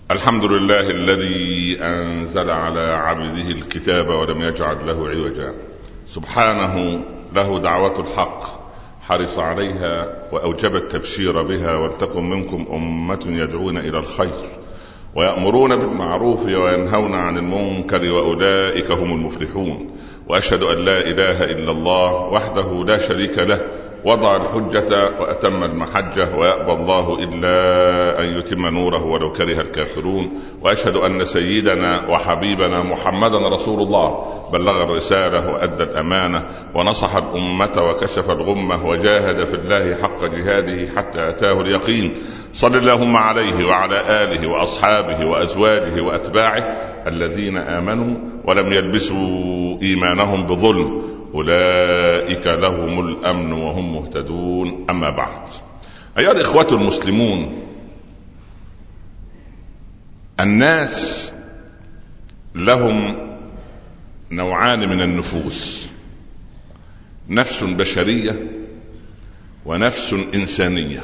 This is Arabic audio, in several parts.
الحمد لله الذي أنزل على عبده الكتاب ولم يجعل له عوجا. سبحانه له دعوة الحق حرص عليها وأوجب التبشير بها، ولتكن منكم أمة يدعون إلى الخير ويأمرون بالمعروف وينهون عن المنكر وأولئك هم المفلحون. وأشهد أن لا إله إلا الله وحده لا شريك له، وضع الحجة وأتم المحجة، ويأبى الله إلا أن يتم نوره ولو كره الكافرون. وأشهد أن سيدنا وحبيبنا محمدا رسول الله بلغ الرسالة وأدى الأمانة ونصح الأمة وكشف الغمة وجاهد في الله حق جهاده حتى أتاه اليقين. صل اللهم عليه وعلى آله وأصحابه وأزواجه وأتباعه الذين آمنوا ولم يلبسوا إيمانهم بظلم، أولئك لهم الأمن وهم مهتدون. أما بعد، أيها الإخوة المسلمون، الناس لهم نوعان من النفوس: نفس بشرية ونفس إنسانية.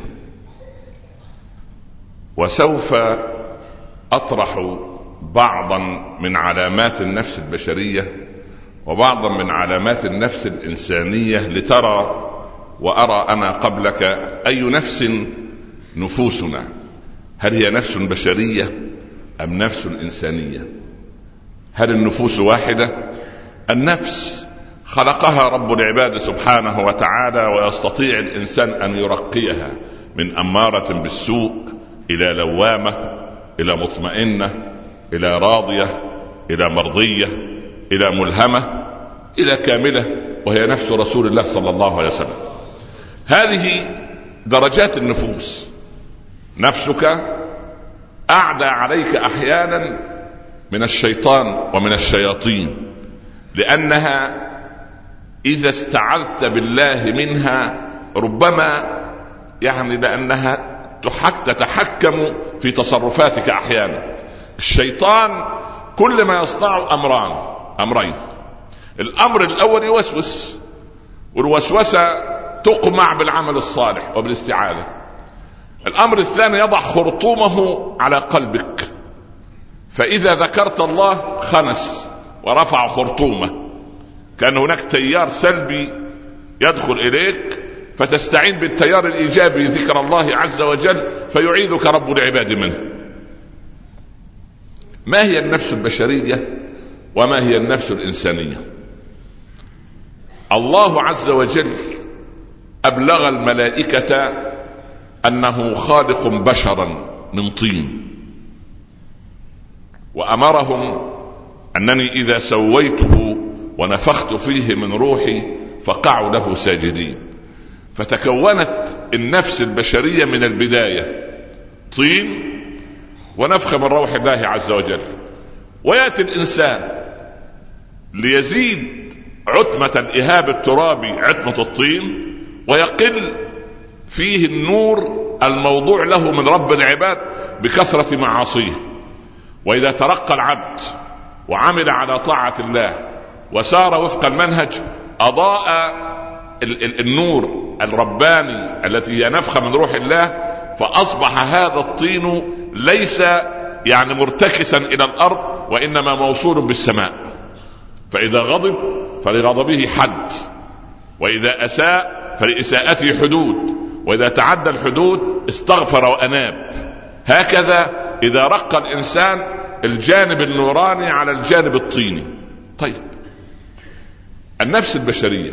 وسوف أطرح بعضا من علامات النفس البشرية وبعضا من علامات النفس الإنسانية لترى وأرى أنا قبلك أي نفس نفوسنا. هل هي نفس بشرية أم نفس إنسانية؟ هل النفوس واحدة؟ النفس خلقها رب العباد سبحانه وتعالى، ويستطيع الإنسان أن يرقيها من أمارة بالسوء إلى لوامة، إلى مطمئنة، إلى راضية، إلى مرضية، إلى ملهمة، إلى كاملة، وهي نفس رسول الله صلى الله عليه وسلم. هذه درجات النفوس. نفسك أعدى عليك أحيانا من الشيطان ومن الشياطين، لأنها إذا استعذت بالله منها ربما لأنها تتحكم في تصرفاتك أحيانا. الشيطان كل ما يصنع أمرين: الأمر الأول يوسوس، والوسوسة تقمع بالعمل الصالح وبالاستعاذة. الأمر الثاني يضع خرطومه على قلبك، فإذا ذكرت الله خنس ورفع خرطومه، كان هناك تيار سلبي يدخل إليك فتستعين بالتيار الإيجابي ذكر الله عز وجل فيعيذك رب العباد منه. ما هي النفس البشرية وما هي النفس الإنسانية؟ الله عز وجل أبلغ الملائكة أنه خالق بشرا من طين، وأمرهم أنني إذا سويته ونفخت فيه من روحي فقعوا له ساجدين. فتكونت النفس البشرية من البداية طين ونفخ من روح الله عز وجل. ويأتي الإنسان ليزيد عتمة الإهاب الترابي عتمة الطين، ويقل فيه النور الموضوع له من رب العباد بكثرة معاصيه. وإذا ترقى العبد وعمل على طاعة الله وسار وفق المنهج أضاء النور الرباني التي هي نفخة من روح الله، فأصبح هذا الطين ليس مرتكسا إلى الأرض، وإنما موصول بالسماء. فإذا غضب فلغضبه حد، وإذا أساء فلإساءته حدود، وإذا تعدى الحدود استغفر وأناب. هكذا إذا رقى الإنسان الجانب النوراني على الجانب الطيني. طيب، النفس البشرية،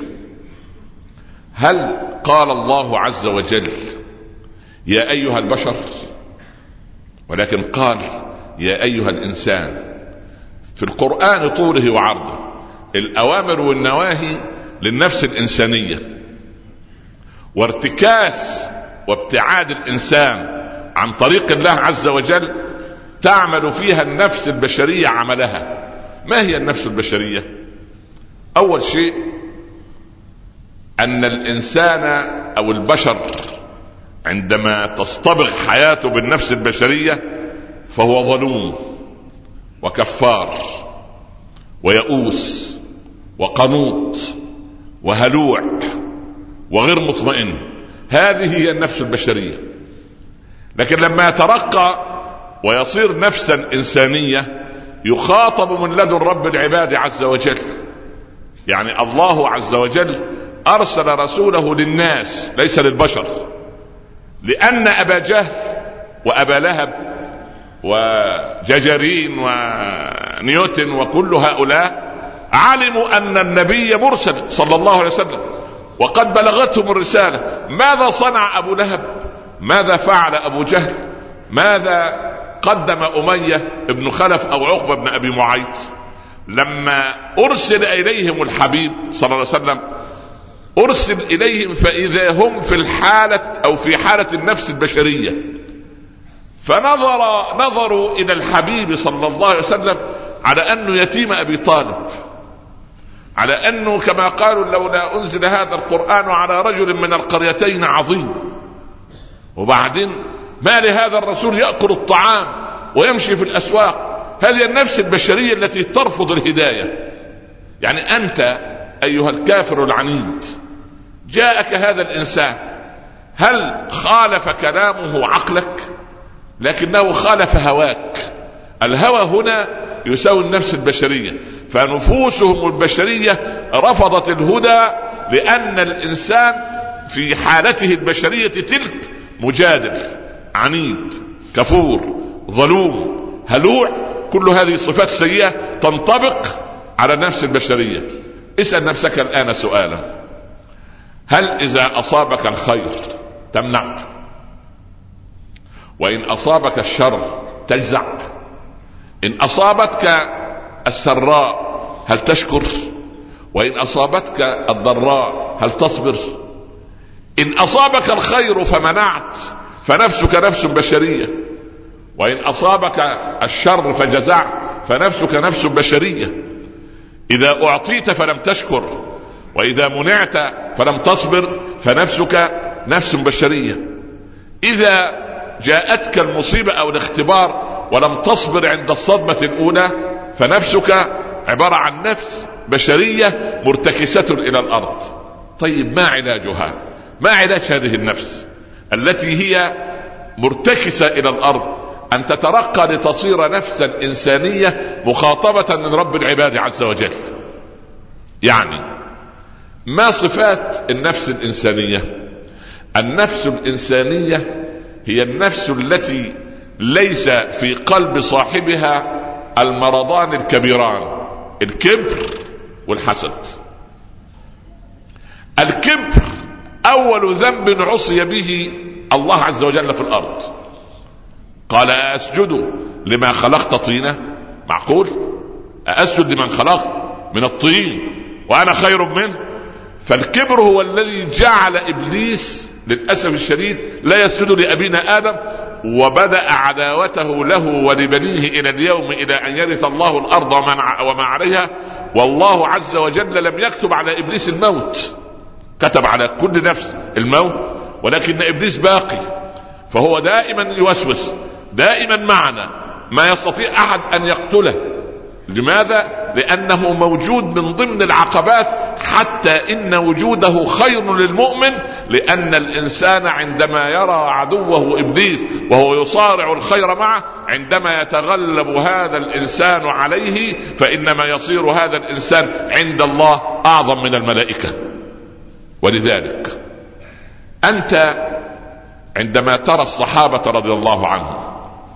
هل قال الله عز وجل يا أيها البشر؟ ولكن قال يا أيها الإنسان. في القرآن طوله وعرضه الأوامر والنواهي للنفس الإنسانية، وارتكاس وابتعاد الإنسان عن طريق الله عز وجل تعمل فيها النفس البشرية عملها. ما هي النفس البشرية؟ أول شيء أن الإنسان أو البشر عندما تصطبغ حياته بالنفس البشرية فهو ظلوم وكفار ويئوس وقنوط وهلوع وغير مطمئن. هذه هي النفس البشرية. لكن لما يترقى ويصير نفسا إنسانية يخاطب من لدن رب العباد عز وجل. يعني الله عز وجل أرسل رسوله للناس ليس للبشر، لأن أبا جهل وأبا لهب وججرين ونيوتن وكل هؤلاء علموا أن النبي مرسل صلى الله عليه وسلم، وقد بلغتهم الرسالة. ماذا صنع أبو لهب؟ ماذا فعل أبو جهل؟ ماذا قدم أمية بن خلف أو عقبة بن أبي معيط لما أرسل إليهم الحبيب صلى الله عليه وسلم؟ أرسل إليهم فإذا هم في الحالة أو في حالة النفس البشرية، فنظروا إلى الحبيب صلى الله عليه وسلم على أنه يتيم أبي طالب، على أنه كما قالوا لولا أنزل هذا القرآن على رجل من القريتين عظيم. وبعدين ما لهذا الرسول يأكل الطعام ويمشي في الأسواق؟ هذه النفس البشرية التي ترفض الهداية. يعني أنت أيها الكافر العنيد جاءك هذا الإنسان، هل خالف كلامه عقلك؟ لكنه خالف هواك. الهوى هنا يساوي النفس البشرية، فنفوسهم البشرية رفضت الهدى لأن الإنسان في حالته البشرية تلك مجادل، عنيد، كفور، ظلوم، هلوع. كل هذه صفات سيئة تنطبق على النفس البشرية. اسأل نفسك الآن سؤالا: هل إذا أصابك الخير تمنع؟ وإن أصابك الشر تجزع؟ إن أصابتك السراء هل تشكر؟ وإن أصابتك الضراء هل تصبر؟ إن أصابك الخير فمنعت فنفسك نفس بشرية، وإن أصابك الشر فجزعت فنفسك نفس بشرية. إذا أعطيت فلم تشكر، وإذا منعت فلم تصبر، فنفسك نفس بشرية. إذا جاءتك المصيبة أو الاختبار ولم تصبر عند الصدمة الأولى، فنفسك عبارة عن نفس بشرية مرتكسة إلى الأرض. طيب ما علاجها؟ ما علاج هذه النفس التي هي مرتكسة إلى الأرض؟ أن تترقى لتصير نفسا إنسانية مخاطبة من رب العباد عز وجل. يعني ما صفات النفس الإنسانية؟ النفس الإنسانية هي النفس التي ليس في قلب صاحبها المرضان الكبيران: الكبر والحسد. الكبر أول ذنب عصي به الله عز وجل في الأرض. قال: أسجد لما خلقت طينة؟ معقول؟ أسجد لمن خلقت من الطين وأنا خير منه؟ فالكبر هو الذي جعل إبليس للأسف الشديد لا يسجد لأبينا آدم، وبدأ عداوته له ولبنيه إلى اليوم، إلى أن يرث الله الأرض وما عليها. والله عز وجل لم يكتب على إبليس الموت، كتب على كل نفس الموت، ولكن إبليس باقي، فهو دائما يوسوس، دائما معنا، ما يستطيع أحد أن يقتله. لماذا؟ لأنه موجود من ضمن العقبات، حتى إن وجوده خير للمؤمن، لأن الإنسان عندما يرى عدوه إبليس وهو يصارع الخير معه، عندما يتغلب هذا الإنسان عليه فإنما يصير هذا الإنسان عند الله أعظم من الملائكة. ولذلك أنت عندما ترى الصحابة رضي الله عنهم،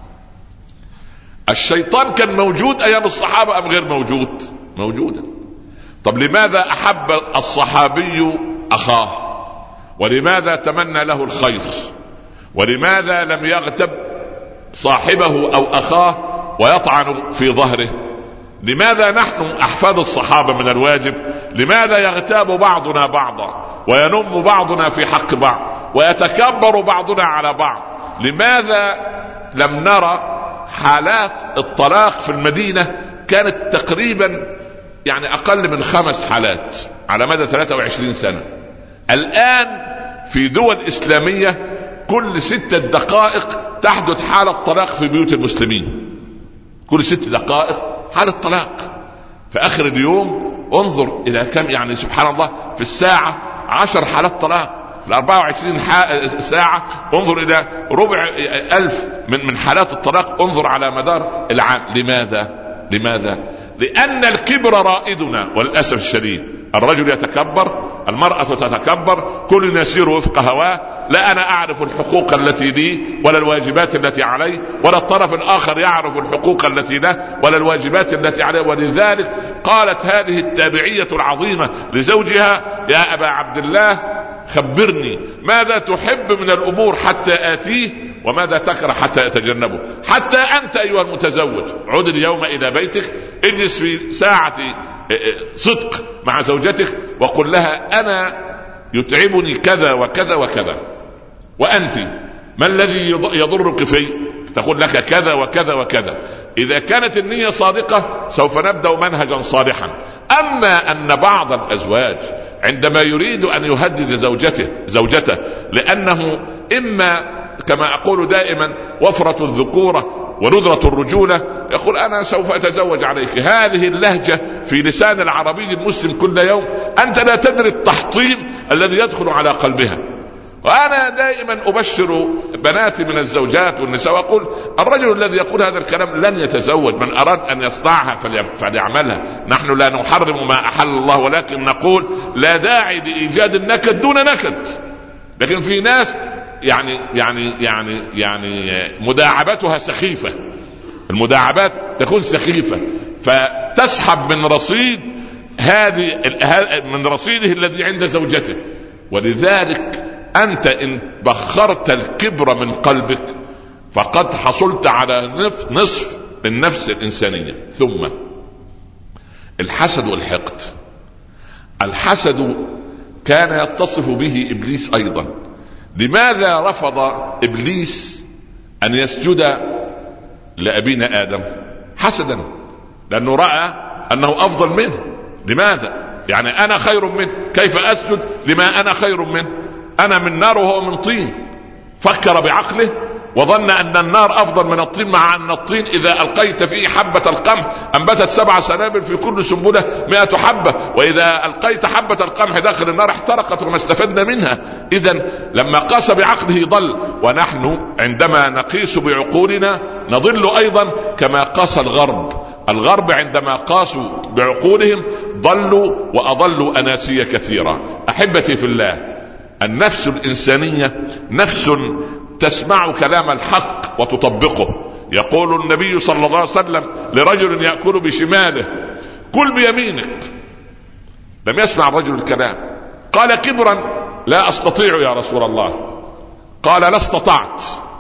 الشيطان كان موجود أيام الصحابة أم غير موجود؟ موجودا. طب لماذا أحب الصحابي أخاه؟ ولماذا تمنى له الخير؟ ولماذا لم يغتب صاحبه أو أخاه ويطعن في ظهره؟ لماذا نحن أحفاد الصحابة من الواجب لماذا يغتاب بعضنا بعضا وينم بعضنا في حق بعض ويتكبر بعضنا على بعض؟ لماذا لم نرى حالات الطلاق في المدينة كانت تقريبا يعني أقل من 5 حالات على مدى 23 سنة؟ الآن في دول إسلامية كل 6 دقائق تحدث حالة طلاق في بيوت المسلمين. كل 6 دقائق حالة طلاق. في آخر اليوم انظر إلى كم، يعني سبحان الله، في الساعة 10 حالات طلاق. 24 ساعة انظر إلى ربع ألف من حالات الطلاق، انظر على مدار العام. لماذا؟ لأن الكبر رائدنا، وللأسف الشديد الرجل يتكبر، المرأة تتكبر، كل يسير وفق هواه، لا أنا أعرف الحقوق التي لي ولا الواجبات التي علي، ولا الطرف الآخر يعرف الحقوق التي له ولا الواجبات التي عليه. ولذلك قالت هذه التابعية العظيمة لزوجها: يا أبا عبد الله خبرني ماذا تحب من الأمور حتى آتيه، وماذا تكره حتى أتجنبه. حتى أنت أيها المتزوج عد اليوم إلى بيتك، اجلس في ساعة صدق مع زوجتك وقل لها: أنا يتعبني كذا وكذا وكذا، وأنت ما الذي يضرك في؟ تقول لك كذا وكذا وكذا. إذا كانت النية صادقة سوف نبدأ منهجا صالحا. أما أن بعض الأزواج عندما يريد أن يهدد زوجته لأنه إما كما أقول دائما وفرة الذكورة وندرة الرجولة، يقول: أنا سوف أتزوج عليك. هذه اللهجة في لسان العربي المسلم كل يوم، أنت لا تدري التحطيم الذي يدخل على قلبها. وأنا دائما أبشر بناتي من الزوجات والنساء وأقول: الرجل الذي يقول هذا الكلام لن يتزوج. من أراد أن يصنعها فليعملها. نحن لا نحرم ما أحل الله، ولكن نقول لا داعي لإيجاد النكد دون نكد. لكن في ناس يعني مداعبتها سخيفة، المداعبات تكون سخيفة، فتسحب من رصيد من رصيده الذي عند زوجته. ولذلك أنت إن بخرت الكبر من قلبك فقد حصلت على نصف النفس الإنسانية. ثم الحسد والحقد. الحسد كان يتصف به إبليس أيضا. لماذا رفض إبليس أن يسجد لأبينا آدم؟ حسدا، لأنه رأى أنه أفضل منه. لماذا؟ يعني أنا خير منه، كيف أسجد لما أنا خير منه؟ أنا من نار وهو من طين. فكر بعقله وظن أن النار أفضل من الطين، مع أن الطين إذا ألقيت فيه حبة القمح أنبتت 7 سنابل في كل سنبلة 100 حبة، وإذا ألقيت حبة القمح داخل النار احترقت وما استفدنا منها. إذن لما قاس بعقله ضل. ونحن عندما نقيس بعقولنا نضل أيضا كما قاس الغرب عندما قاسوا بعقولهم ضلوا وأضلوا أناسية كثيرة. أحبتي في الله، النفس الإنسانية نفس تسمع كلام الحق وتطبقه. يقول النبي صلى الله عليه وسلم لرجل يأكل بشماله: كل بيمينك. لم يسمع الرجل الكلام، قال: كبرا لا أستطيع يا رسول الله. قال: لا استطعت.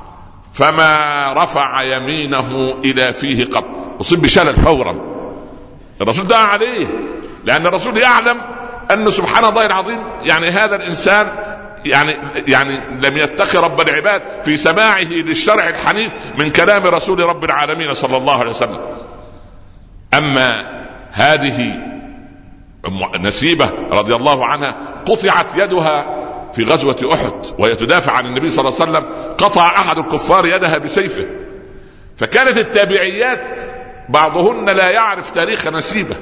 فما رفع يمينه إلى فيه قط. أصيب بشلل فورا. الرسول دعا عليه، لأن الرسول يعلم أن سبحان الله العظيم يعني هذا الإنسان يعني لم يتقي رب العباد في سماعه للشرع الحنيف من كلام رسول رب العالمين صلى الله عليه وسلم. أما هذه نسيبة رضي الله عنها قطعت يدها في غزوة أحد وهي تدافع عن النبي صلى الله عليه وسلم، قطع أحد الكفار يدها بسيفه. فكانت التابعيات بعضهن لا يعرف تاريخ نسيبة،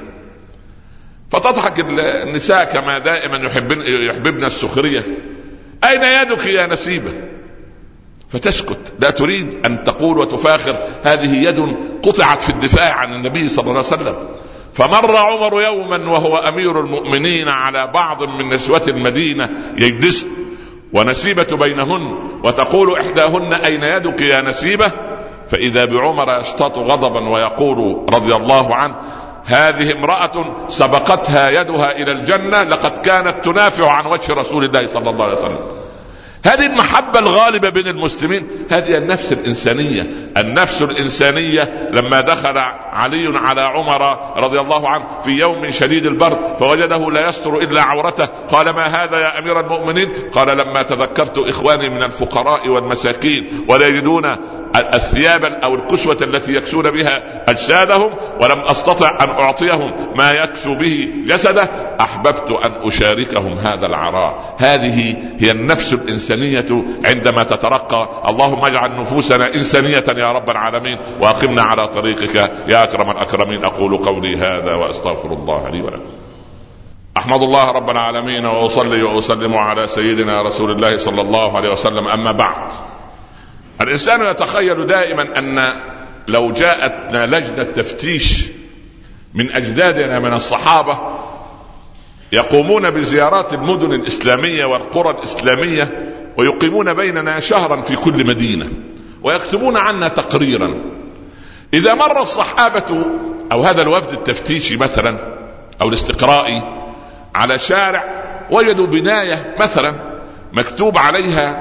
فتضحك النساء كما دائما يحببن السخرية: أين يدك يا نسيبة؟ فتسكت، لا تريد أن تقول وتفاخر هذه يد قطعت في الدفاع عن النبي صلى الله عليه وسلم. فمر عمر يوما وهو أمير المؤمنين على بعض من نسوة المدينة يجلس ونسيبة بينهن، وتقول إحداهن: أين يدك يا نسيبة؟ فإذا بعمر يشتاط غضبا ويقول رضي الله عنه: هذه امرأة سبقتها يدها إلى الجنة، لقد كانت تنافع عن وجه رسول الله صلى الله عليه وسلم. هذه المحبة الغالبة بين المسلمين، هذه النفس الإنسانية. النفس الإنسانية لما دخل علي على عمر رضي الله عنه في يوم شديد البرد فوجده لا يستر إلا عورته، قال: ما هذا يا أمير المؤمنين؟ قال: لما تذكرت إخواني من الفقراء والمساكين ولا يجدون الثياب أو الكسوة التي يكسون بها أجسادهم، ولم أستطع أن أعطيهم ما يكسو به جسده، أحببت أن أشاركهم هذا العراء. هذه هي النفس الإنسانية عندما تترقى. اللهم اجعل نفوسنا إنسانية يا رب العالمين، وأقمنا على طريقك يا أكرم الأكرمين. أقول قولي هذا وأستغفر الله لي ولكم. أحمد الله رب العالمين وأصلي وأسلم على سيدنا رسول الله صلى الله عليه وسلم. أما بعد، الإنسان يتخيل دائما أن لو جاءتنا لجنة تفتيش من أجدادنا من الصحابة يقومون بزيارات المدن الإسلامية والقرى الإسلامية ويقيمون بيننا شهرا في كل مدينة ويكتبون عنا تقريرا، إذا مر الصحابة أو هذا الوفد التفتيشي مثلا أو الاستقرائي على شارع وجدوا بناية مثلا مكتوب عليها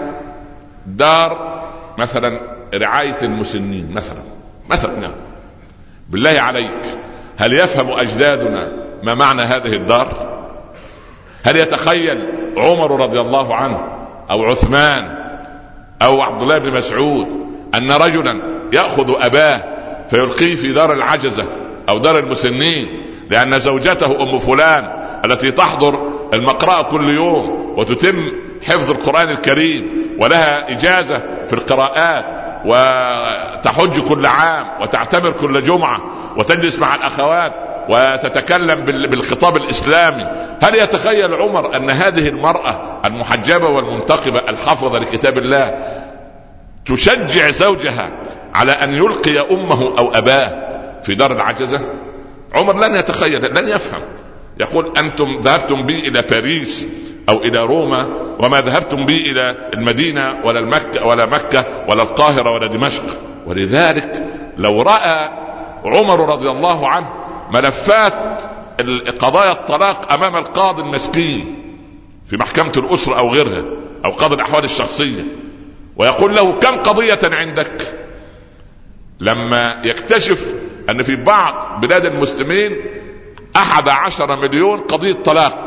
دار مثلا رعاية المسنين مثلا بالله عليك، هل يفهم أجدادنا ما معنى هذه الدار؟ هل يتخيل عمر رضي الله عنه أو عثمان أو عبد الله بن مسعود أن رجلا يأخذ أباه فيلقيه في دار العجزة أو دار المسنين لأن زوجته أم فلان التي تحضر المقرأة كل يوم وتتم حفظ القرآن الكريم ولها إجازة في القراءات وتحج كل عام وتعتمر كل جمعة وتجلس مع الأخوات وتتكلم بالخطاب الإسلامي، هل يتخيل عمر أن هذه المرأة المحجبة والمنتقبة الحافظة لكتاب الله تشجع زوجها على أن يلقي أمه أو أباه في دار العجزة؟ عمر لن يتخيل، لن يفهم. يقول أنتم ذهبتم بي إلى باريس أو إلى روما وما ذهبتم بي إلى المدينة ولا مكة ولا القاهرة ولا دمشق. ولذلك لو رأى عمر رضي الله عنه ملفات قضايا الطلاق أمام القاضي المسكين في محكمة الأسرة أو غيرها أو قاضي الأحوال الشخصية ويقول له كم قضية عندك، لما يكتشف أن في بعض بلاد المسلمين 11 مليون قضية طلاق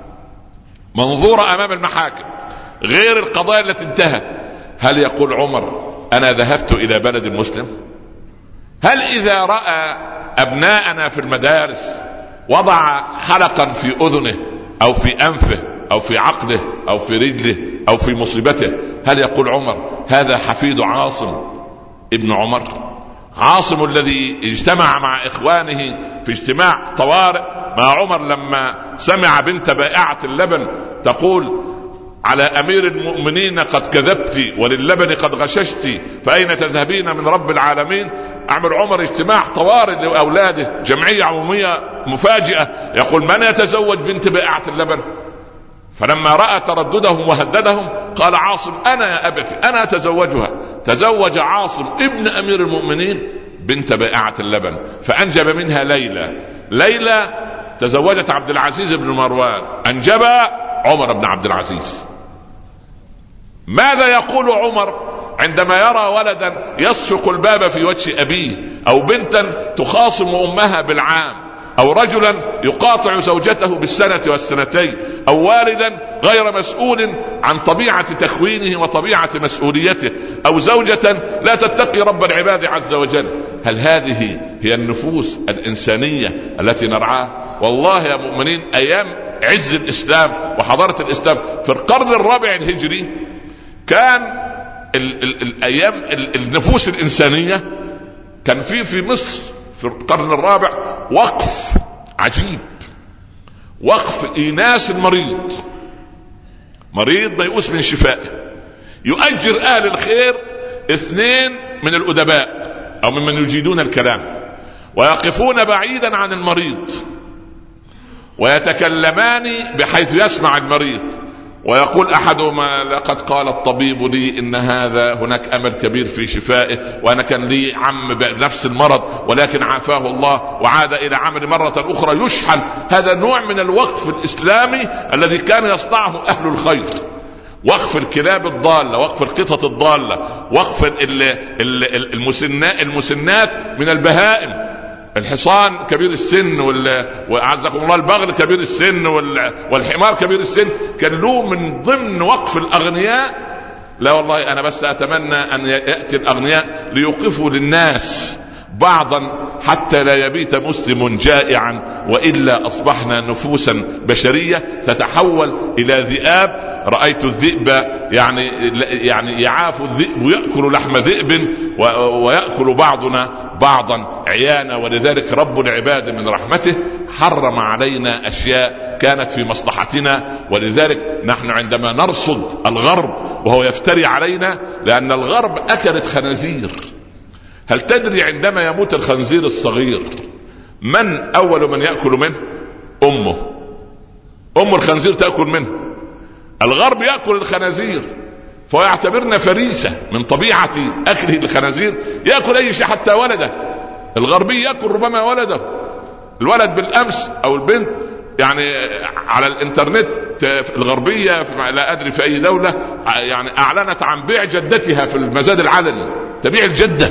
منظورة أمام المحاكم غير القضايا التي انتهت، هل يقول عمر أنا ذهبت إلى بلد المسلم؟ هل إذا رأى أبناءنا في المدارس وضع حلقا في أذنه أو في أنفه أو في عقله أو في رجله أو في مصيبته هل يقول عمر هذا حفيد عاصم ابن عمر؟ عاصم الذي اجتمع مع إخوانه في اجتماع طوارئ مع عمر لما سمع بنت بائعة اللبن تقول على أمير المؤمنين قد كذبت وللبن قد غششت فأين تذهبين من رب العالمين. أعمل عمر اجتماع طوارئ لأولاده، جمعية عمومية مفاجئة، يقول من يتزوج بنت بائعة اللبن؟ فلما رأى ترددهم وهددهم قال عاصم أنا يا أبتي أنا أتزوجها. تزوج عاصم ابن أمير المؤمنين بنت بائعة اللبن فأنجب منها ليلى تزوجت عبد العزيز بن مروان، أنجب عمر بن عبد العزيز. ماذا يقول عمر عندما يرى ولدا يصفق الباب في وجه أبيه أو بنتا تخاصم أمها بالعام أو رجلا يقاطع زوجته بالسنة والسنتين أو والدا غير مسؤول عن طبيعة تكوينه وطبيعة مسؤوليته أو زوجة لا تتقي رب العباد عز وجل؟ هل هذه هي النفوس الإنسانية التي نرعاها؟ والله يا مؤمنين أيام عز الإسلام وحضارة الإسلام في القرن الرابع الهجري كان الأيام النفوس الإنسانية كان في مصر في القرن الرابع وقف عجيب، وقف إيناس المريض، مريض ميؤوس من شفائه، يؤجر أهل الخير 2 من الأدباء أو ممن يجيدون الكلام ويقفون بعيدا عن المريض ويتكلمان بحيث يسمع المريض ويقول أحدهما لقد قال الطبيب لي إن هذا هناك أمل كبير في شفائه وأنا كان لي عم بنفس المرض ولكن عافاه الله وعاد إلى عمل مرة أخرى يشحن. هذا نوع من الوقف الإسلامي الذي كان يصنعه أهل الخير، وقف الكلاب الضالة، وقف القطط الضالة، وقف المسنات من البهائم، الحصان كبير السن وعزكم الله البغل كبير السن والحمار كبير السن، كان له من ضمن وقف الأغنياء. لا والله أنا بس أتمنى أن يأتي الأغنياء ليوقفوا للناس بعضا حتى لا يبيت مسلم جائعا وإلا أصبحنا نفوسا بشرية تتحول إلى ذئاب. رأيت الذئب يعني يعاف الذئب ويأكل لحم ذئب ويأكل بعضنا بعضا عيانا. ولذلك رب العباد من رحمته حرم علينا أشياء كانت في مصلحتنا. ولذلك نحن عندما نرصد الغرب وهو يفتري علينا، لأن الغرب أكلت خنازير. هل تدري عندما يموت الخنزير الصغير من أول من يأكل منه؟ أمه. أم الخنزير تأكل منه. الغرب يأكل الخنازير، فيعتبرنا فريسة. من طبيعة أكله الخنازير يأكل أي شيء حتى ولده. الغربي يأكل ربما ولده. الولد بالأمس أو البنت يعني على الإنترنت الغربية لا أدري في أي دولة يعني أعلنت عن بيع جدتها في المزاد العلني، تبيع الجدة.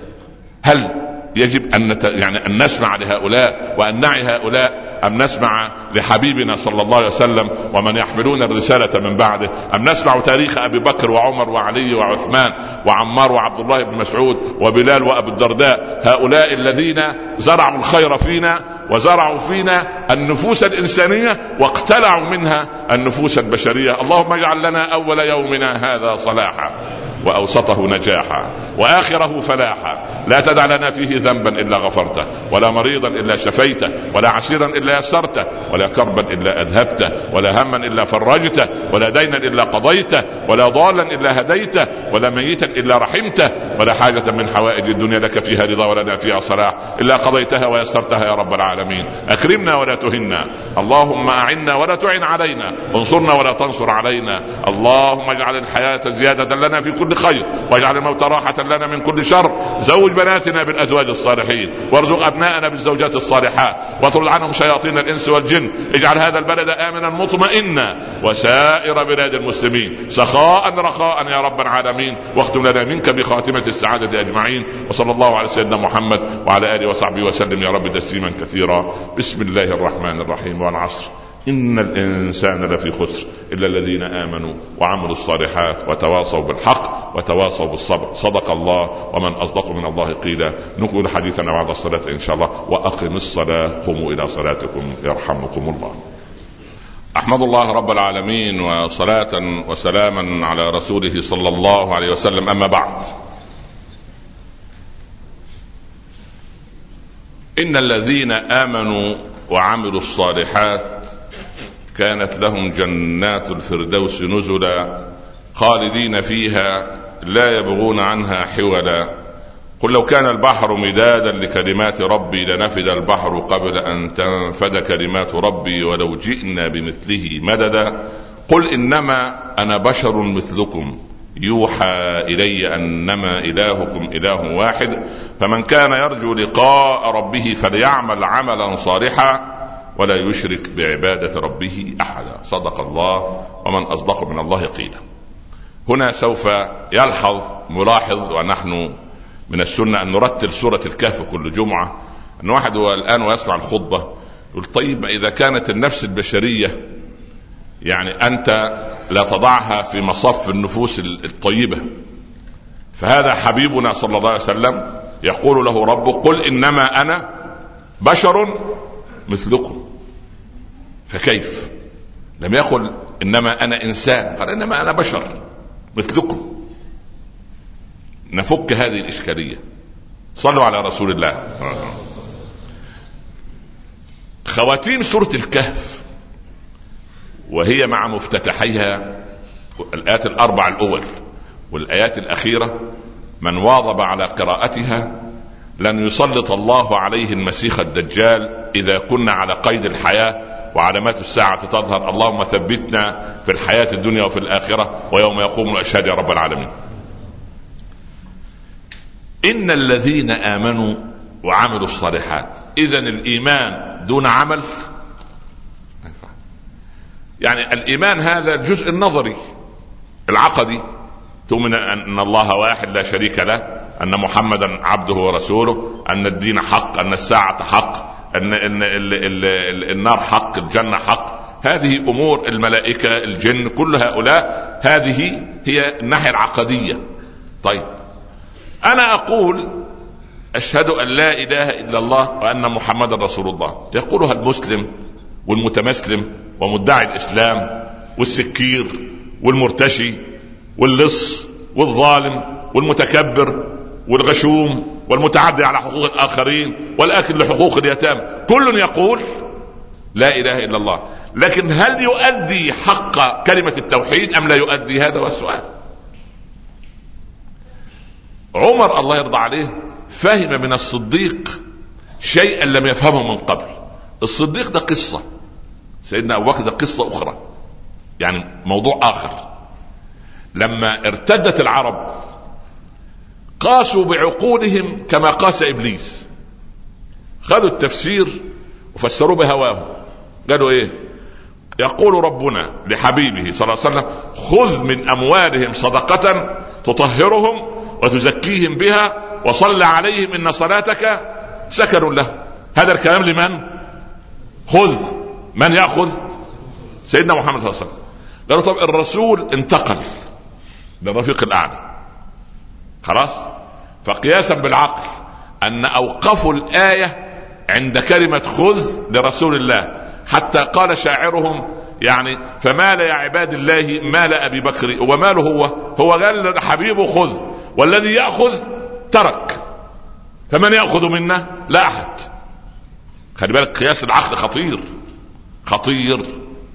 هل يجب أن نسمع لهؤلاء وأن نعي هؤلاء، أم نسمع لحبيبنا صلى الله عليه وسلم ومن يحملون الرسالة من بعده، أم نسمع تاريخ أبي بكر وعمر وعلي وعثمان وعمار وعبد الله بن مسعود وبلال وأبو الدرداء، هؤلاء الذين زرعوا الخير فينا وزرعوا فينا النفوس الإنسانية واقتلعوا منها النفوس البشرية. اللهم اجعل لنا أول يومنا هذا صلاحا وأوسطه نجاحا وآخره فلاحا. لا تدع لنا فيه ذنبا إلا غفرته، ولا مريضا إلا شفيته، ولا عسيرا إلا يسرته، ولا كربا إلا أذهبته، ولا هما إلا فرجته، ولا دينا إلا قضيته، ولا ضالا إلا هديته، ولا ميتا إلا رحمته، ولا حاجة من حوائج الدنيا لك فيها رضا ولنا فيها صلاح إلا قضيتها ويسرتها يا رب العالمين. أكرمنا ولا تهنا، اللهم أعنا ولا تعن علينا، انصرنا ولا تنصر علينا. اللهم اجعل الحياة زيادة لنا في كل خير، واجعل الموت راحة لنا من كل شر. زوج بناتنا بالأزواج الصالحين، وارزق أبناءنا بالزوجات الصالحات، واطرد عنهم شياطين الإنس والجن. اجعل هذا البلد آمنا مطمئنا وسائر بلاد المسلمين سخاء رخاء يا رب العالمين. واختم لنا منك بخاتمة السعادة أجمعين. وصلى الله على سيدنا محمد وعلى آله وصحبه وسلم يا رب تسليما كثيرا. بسم الله الرحمن الرحيم. والعصر إن الإنسان لفي خسر إلا الذين آمنوا وعملوا الصالحات وتواصوا بالحق وتواصوا بالصبر. صدق الله ومن أصدق من الله قيلا. نكمل حديثنا بعد الصلاة إن شاء الله. وأقم الصلاة، قوموا إلى صلاتكم يرحمكم الله. أحمد الله رب العالمين، وصلاة وسلاما على رسوله صلى الله عليه وسلم. أما بعد، إن الذين آمنوا وعملوا الصالحات كانت لهم جنات الفردوس نزلا خالدين فيها لا يبغون عنها حولا. قل لو كان البحر مدادا لكلمات ربي لنفد البحر قبل أن تنفد كلمات ربي ولو جئنا بمثله مددا. قل إنما أنا بشر مثلكم يوحى إلي أنما إلهكم إله واحد فمن كان يرجو لقاء ربه فليعمل عملا صالحا ولا يشرك بعبادة ربه أحدا. صدق الله ومن أصدق من الله قيلا. هنا سوف يلحظ ملاحظ، ونحن من السنة أن نرتل سورة الكهف كل جمعة، أن واحد هو الآن ويسمع الخطبة يقول طيب إذا كانت النفس البشرية يعني أنت لا تضعها في مصف النفوس الطيبة، فهذا حبيبنا صلى الله عليه وسلم يقول له ربه قل إنما أنا بشر مثلكم، فكيف؟ لم يقل إنما أنا إنسان، قال إنما أنا بشر مثلكم. نفك هذه الإشكالية. صلوا على رسول الله. خواتيم سورة الكهف وهي مع مفتتحيها الآيات الأربع الأول والآيات الأخيرة، من واظب على قراءتها لن يسلط الله عليه المسيح الدجال إذا كنا على قيد الحياة وعلامات الساعة تظهر. اللهم ثبتنا في الحياة الدنيا وفي الآخرة ويوم يقوم الأشهاد يا رب العالمين. إن الذين آمنوا وعملوا الصالحات، إذن الإيمان دون عمل يعني الإيمان هذا الجزء النظري العقدي، تؤمن أن الله واحد لا شريك له، أن محمدا عبده ورسوله، أن الدين حق، أن الساعة حق، أن النار حق، الجنة حق. هذه أمور الملائكة الجن كل هؤلاء، هذه هي الناحية العقدية. طيب أنا أقول أشهد أن لا إله إلا الله وأن محمد رسول الله، يقولها المسلم والمتمسلم ومدعي الإسلام والسكير والمرتشي واللص والظالم والمتكبر، والغشوم والمتعدي على حقوق الآخرين والآكل لحقوق اليتامى، كل يقول لا إله إلا الله، لكن هل يؤدي حق كلمة التوحيد أم لا يؤدي؟ هذا هو السؤال. عمر الله يرضى عليه فهم من الصديق شيئا لم يفهمه من قبل. الصديق ده قصة، سيدنا أبو بكر ده قصة أخرى، يعني موضوع آخر. لما ارتدت العرب قاسوا بعقولهم كما قاس إبليس، خذوا التفسير وفسروا بهواهم. قالوا إيه؟ يقول ربنا لحبيبه صلى الله عليه وسلم خذ من أموالهم صدقة تطهرهم وتزكيهم بها وصل عليهم إن صلاتك سكن له. هذا الكلام لمن؟ خذ. من يأخذ؟ سيدنا محمد صلى الله عليه وسلم. قالوا طب الرسول انتقل للرفيق الأعلى خلاص، فقياسا بالعقل أن أوقفوا الآية عند كلمة خذ لرسول الله، حتى قال شاعرهم يعني فمال يا عباد الله مال أبي بكر وماله هو قال لحبيبه خذ، والذي يأخذ ترك، فمن يأخذ منا؟ لا أحد. خلي بالك قياس العقل خطير خطير.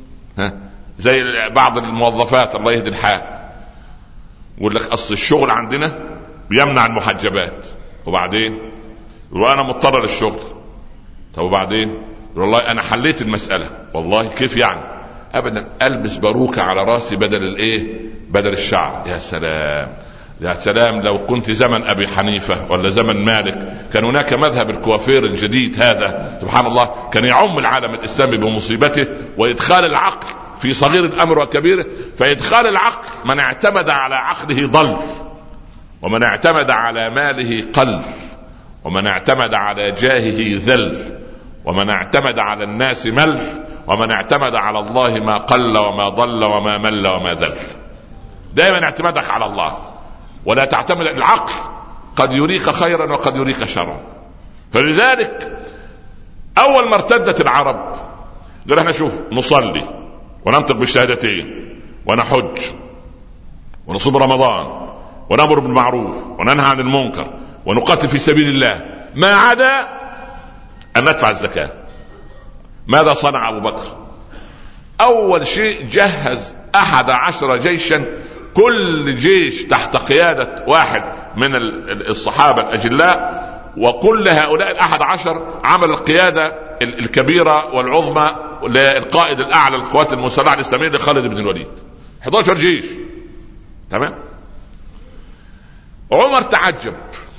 زي بعض الموظفات الله يهدي الحال يقول لك أصل الشغل عندنا بيمنع المحجبات، وبعدين يقول أنا مضطر للشغل. طب وبعدين يقول والله أنا حليت المسألة. والله كيف يعني؟ أبدا، ألبس باروكة على راسي بدل الشعر. يا سلام يا سلام، لو كنت زمن أبي حنيفة ولا زمن مالك كان هناك مذهب الكوافير الجديد هذا سبحان الله كان يعم العالم الإسلامي بمصيبته. وإدخال العقل في صغير الأمر وكبيره، فإدخال العقل من اعتمد على عقله ضل، ومن اعتمد على ماله قل، ومن اعتمد على جاهه ذل، ومن اعتمد على الناس مل، ومن اعتمد على الله ما قل وما ضل وما مل وما ذل. دائما اعتمادك على الله ولا تعتمد. العقل قد يريك خيرا وقد يريك شرا. فلذلك أول ما ارتدت العرب قال احنا شوف نصلي وننطق بالشهادتين ونحج ونصوم رمضان ونأمر بالمعروف وننهى عن المنكر ونقاتل في سبيل الله ما عدا أن ندفع الزكاة. ماذا صنع أبو بكر؟ أول شيء جهز 11 جيشا، كل جيش تحت قيادة واحد من الصحابة الأجلاء، وكل هؤلاء 11 عمل القيادة الكبيرة والعظمى للقائد الأعلى للقوات المسلحة الإسلامية لخالد بن الوليد. 11 جيش. تمام. عمر تعجب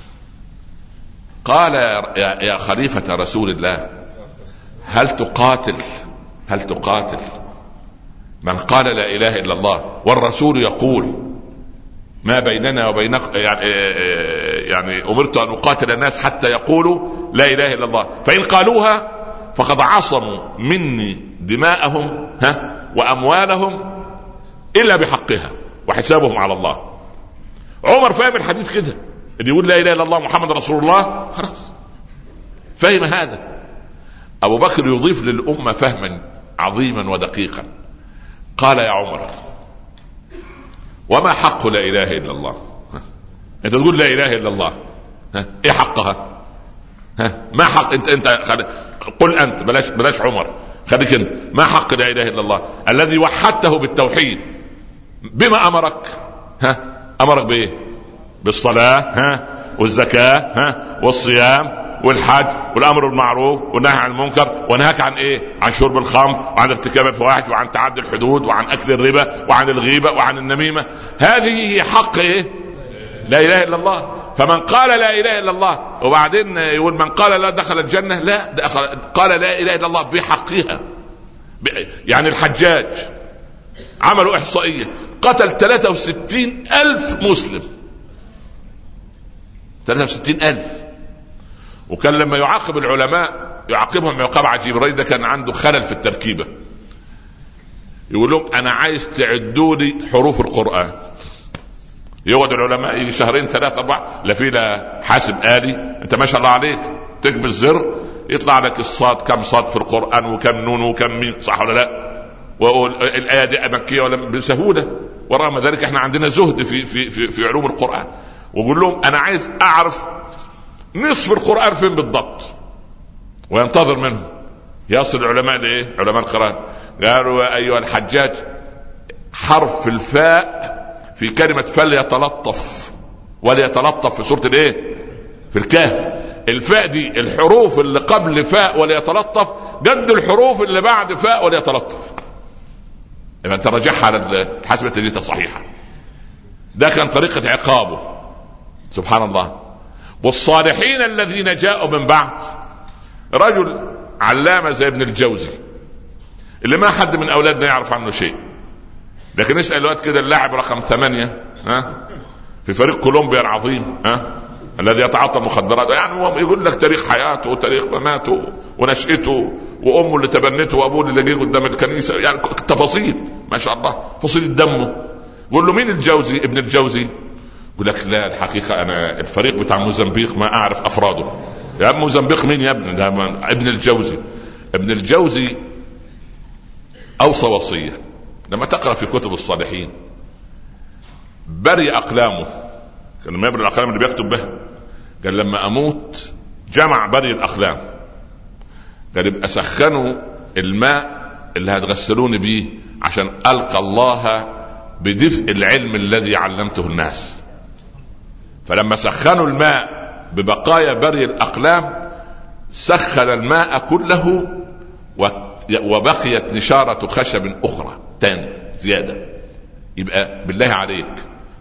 قال يا خليفة رسول الله هل تقاتل من قال لا إله إلا الله والرسول يقول ما بيننا وبينك يعني أمرت أن أقاتل الناس حتى يقولوا لا إله إلا الله، فإن قالوها فقد عصموا مني دماءهم وأموالهم إلا بحقها وحسابهم على الله. عمر فهم الحديث كده، اللي يقول لا إله إلا الله محمد رسول الله خلاص فهم هذا. أبو بكر يضيف للأمة فهما عظيما ودقيقا. قال يا عمر وما حق لا إله إلا الله؟ أنت تقول لا إله إلا الله، إيه حقها؟ ما حق أنت قل أنت، بلاش عمر، خليك أنت. ما حق لا إله إلا الله الذي وحدته بالتوحيد؟ بما أمرك؟ أمرك بإيه؟ بالصلاة والزكاة والصيام والحج والأمر بالمعروف والنهي عن المنكر، ونهاك عن إيه؟ عن شرب الخمر وعن ارتكاب الفواحش وعن تعدي الحدود وعن أكل الربا وعن الغيبة وعن النميمة. هذه هي حق إيه؟ لا إله إلا الله. فمن قال لا إله إلا الله وبعدين يقول من قال لا دخل الجنة، لا، قال لا إله إلا الله بحقها. يعني الحجاج عملوا إحصائية قتل 63,000 مسلم، 63,000. وكان لما يعاقب العلماء يعاقبهم عقاب عجيب. الرجل ده كان عنده خلل في التركيبة، يقول لهم أنا عايز تعدوا لي حروف القرآن. يقعد العلماء يجي 2 3 4 لا في لا حاسب آلي، أنت ما شاء الله عليك تكبس الزر يطلع لك الصاد كم صاد في القرآن وكم نون وكم ميم، صح ولا لا؟ والآية دي مكية ولا بسهولة. ورغم ذلك احنا عندنا زهد في علوم القرآن. وقول لهم انا عايز اعرف نصف القرآن فين بالضبط، وينتظر منهم. يصل العلماء لايه؟ علماء القراءة قالوا يا ايها الحجاج حرف الفاء في كلمة فليتلطف، وليتلطف في سورة الايه؟ في الكهف. الفاء دي الحروف اللي قبل فاء وليتلطف قد الحروف اللي بعد فاء وليتلطف. يبقى انت راجعها على حسبة دي صحيحة. ده كان طريقة عقابه سبحان الله. والصالحين الذين جاءوا من بعد رجل علامة زي ابن الجوزي اللي ما حد من أولادنا يعرف عنه شيء، لكن اسأل الوقت كده اللاعب رقم 8 في فريق كولومبيا العظيم الذي يتعاطى المخدرات، يعني هو يقول لك تاريخ حياته وتاريخ مماته ونشأته وأمه اللي تبنته وأبوه اللي جه قدام الكنيسة، يعني تفاصيل ما شاء الله، فصيل دمه. قول له مين الجوزي؟ ابن الجوزي. يقول لك لا الحقيقة أنا الفريق بتاع موزمبيق ما أعرف أفراده. يا موزمبيق مين يا ابن؟ ده ابن الجوزي. ابن الجوزي أوصى وصية لما تقرأ في كتب الصالحين، بري أقلامه، كان لما يبري الأقلام اللي بيكتب بها، قال لما أموت جمع بري الأقلام، قال يبقى سخنوا الماء اللي هتغسلوني بيه عشان ألقى الله بدفء العلم الذي علمته الناس. فلما سخنوا الماء ببقايا بري الأقلام سخن الماء كله وبقيت نشارة خشب أخرى تاني زيادة. يبقى بالله عليك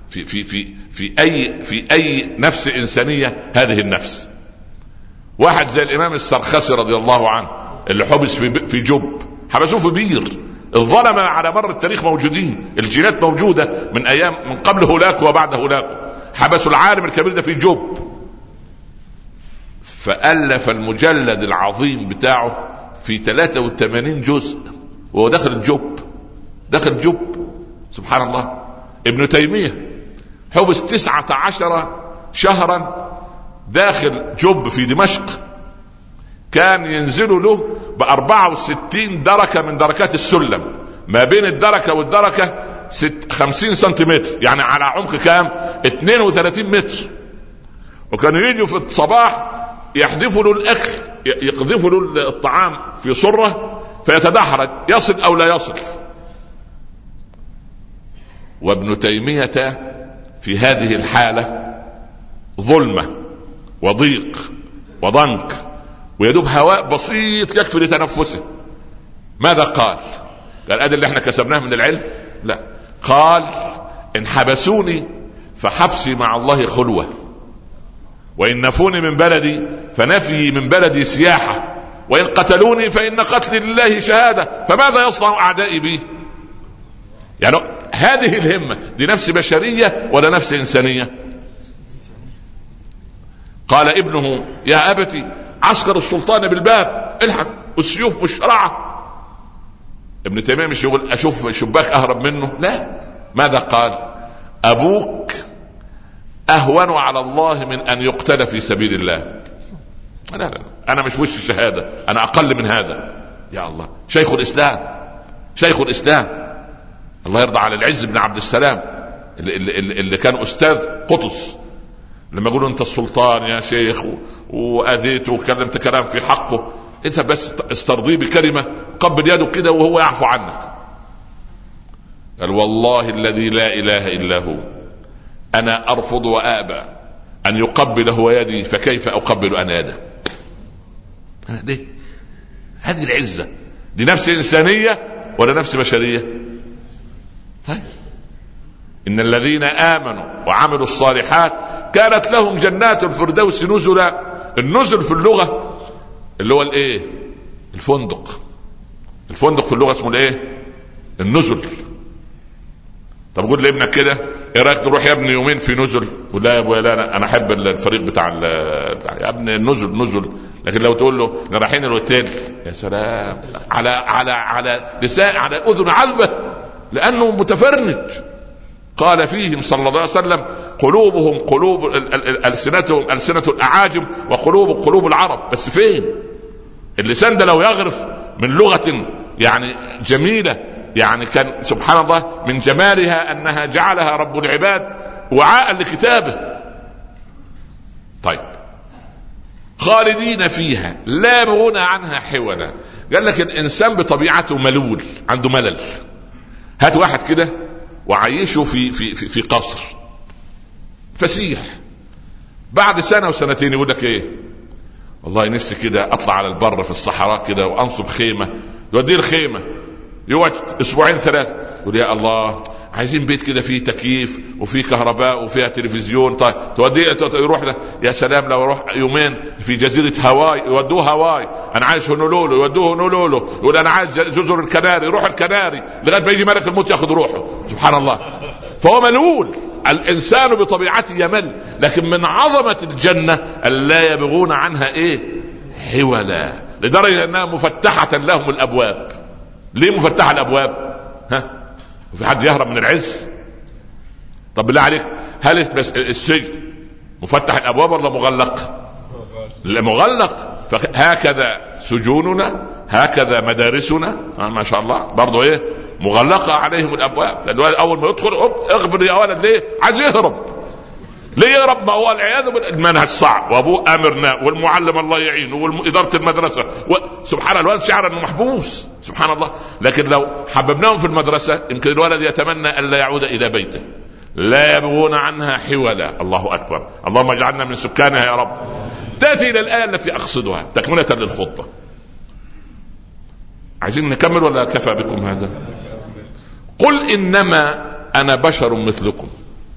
في أي نفس إنسانية هذه النفس؟ واحد زي الإمام السرخسي رضي الله عنه اللي حبس في جب، حبسوه في بير. الظلمة على مر التاريخ موجودين، الجينات موجودة من أيام من قبل هولاكو وبعد هولاكو. حبسوا العالم الكبير ده في جب، فألف المجلد العظيم بتاعه في 83 جزء وهو داخل الجب. سبحان الله. ابن تيمية حبس 19 شهرا داخل جب في دمشق، كان ينزل له ب64 دركة من دركات السلم، ما بين الدركة والدركة 50 سنتيمتر، يعني على عمق كام؟ 32 متر. وكانوا يجوا في الصباح يحذفوا له الأكل، يقذفوا له الطعام في صرة فيتدحرج يصل أو لا يصل. وابن تيمية في هذه الحالة ظلمة وضيق وضنك ويدوب هواء بسيط يكفي لتنفسه. ماذا قال؟ قال ادي اللي احنا كسبناه من العلم؟ لا، قال ان حبسوني فحبسي مع الله خلوة، وان نفوني من بلدي فنفي من بلدي سياحة، وان قتلوني فان قتلي لله شهادة، فماذا يصنع اعدائي بي؟ يعني هذه الهمة دي نفس بشرية ولا نفس إنسانية؟ قال ابنه يا أبتي عسكر السلطان بالباب الحق والسيوف مشرعة. ابن تيمية مش يقول أشوف شباك أهرب منه، لا. ماذا قال؟ أبوك أهون على الله من أن يقتل في سبيل الله. لا أنا مش وش الشهادة، أنا أقل من هذا. يا الله، شيخ الإسلام الله يرضى على العز بن عبد السلام اللي كان أستاذ قطز، لما يقولوا أنت السلطان يا شيخ وأذيته وكلمت كلام في حقه، أنت بس استرضيه بكلمة، قبل يده كده وهو يعفو عنك. قال والله الذي لا إله إلا هو أنا أرفض وآبى أن يقبل هو يدي، فكيف أقبل أنا يده؟ ليه؟ هذه العزة دي نفس إنسانية ولا نفس بشرية؟ إن الذين آمنوا وعملوا الصالحات كانت لهم جنات الفردوس نزلا. النزل في اللغة اللي هو الايه؟ الفندق في اللغة اسمه الايه؟ النزل. طب قول لابنك كده ايه رايك نروح يا ابني يومين في نزل؟ قول لا يا ابويا لا انا احب الفريق بتاع يا ابني النزل. لكن لو تقول له احنا رايحين الاوتيل، يا سلام، على لسان، على اذن عذبة، لانه متفرج. قال فيهم صلى الله عليه وسلم قلوبهم قلوب ألسنتهم ألسنة الأعاجم وقلوب العرب. بس فين اللسان ده؟ لو يغرف من لغة يعني جميلة، يعني كان سبحان الله من جمالها أنها جعلها رب العباد وعاء لكتابه. طيب خالدين فيها لا يبغون عنها حولا. قال لك الانسان بطبيعته ملول، عنده ملل. هات واحد كده وعيشه في قصر فسيح، بعد سنة وسنتين يقول لك ايه، والله نفسي كده اطلع على البر في الصحراء كده وانصب خيمة، يوديه الخيمة يقعد اسبوعين ثلاثة، يقول يا الله عايزين بيت كده فيه تكييف وفيه كهرباء وفيها تلفزيون. طيب توديه يروح له، يا سلام لو يروح يومين في جزيرة هاواي يودوه هاواي، انا عايز هونولولو يودوه هونولولو، يقول انا عايز جزر الكناري يروح الكناري لغاية ما يجي ملك الموت ياخذ روحه. سبحان الله. فهو ملول. الانسان بطبيعته يمل، لكن من عظمة الجنة ألا يبغون عنها ايه حولا، لدرجة انها مفتحة لهم الابواب. ليه مفتحة الابواب؟ وفي حد يهرب من العز؟ طب بالله عليك هل بس السجن مفتح الابواب ولا مغلق؟ لا مغلق. فهكذا سجوننا، هكذا مدارسنا ما شاء الله برضو ايه مغلقة عليهم الابواب. لان اول ما يدخل اغبر يا ولد، ليه عايز يهرب؟ ليه يهرب؟ ما هو العياذ بالله المنهج صعب وابوه امرنا والمعلم الله يعينه واداره المدرسه سبحان الله، الولد شعر انه محبوس. سبحان الله. لكن لو حببناهم في المدرسه يمكن الولد يتمنى الا يعود الى بيته. لا يبغون عنها حولا. الله اكبر. اللهم اجعلنا من سكانها يا رب. تاتي الى الايه التي اقصدها تكمله للخطبه. عايزين نكمل ولا كفى بكم هذا؟ قل انما انا بشر مثلكم.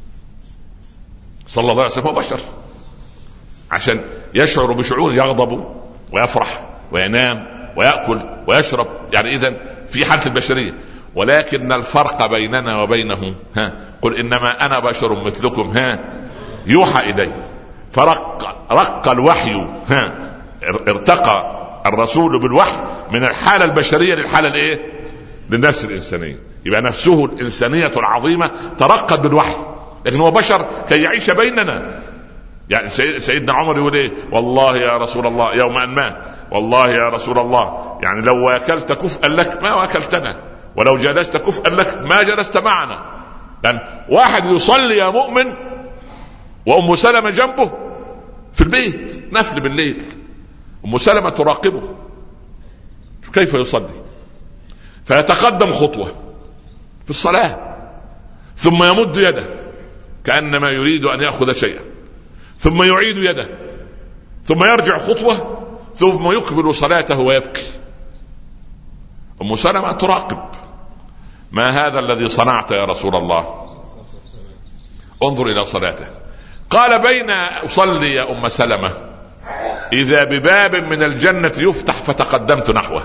صلى الله عليه وسلم هو بشر، عشان يشعر بشعور، يغضب ويفرح وينام ويأكل ويشرب، يعني إذن في حالة البشرية. ولكن الفرق بيننا وبينه قل إنما أنا بشر مثلكم يوحى إلي. فرق الوحي ارتقى الرسول بالوحي من الحالة البشرية للحالة الايه؟ للنفس الإنسانية. يبقى نفسه الإنسانية العظيمة ترقت بالوحي، لكن هو بشر كي يعيش بيننا. يعني سيدنا عمر يقول ايه؟ والله يا رسول الله يوم ان مات، والله يا رسول الله يعني لو واكلت كفءا لك ما واكلتنا، ولو جلست كفءا لك ما جلست معنا. لان واحد يصلي يا مؤمن وام سلمة جنبه في البيت نفل بالليل، ام سلمة تراقبه كيف يصلي، فيتقدم خطوة في الصلاة ثم يمد يده كأنما يريد أن يأخذ شيئا، ثم يعيد يده، ثم يرجع خطوة، ثم يكمل صلاته ويبكي. أم سلمة تراقب، ما هذا الذي صنعت يا رسول الله؟ انظر إلى صلاته. قال بين أصلي يا أم سلمة إذا بباب من الجنة يفتح فتقدمت نحوه.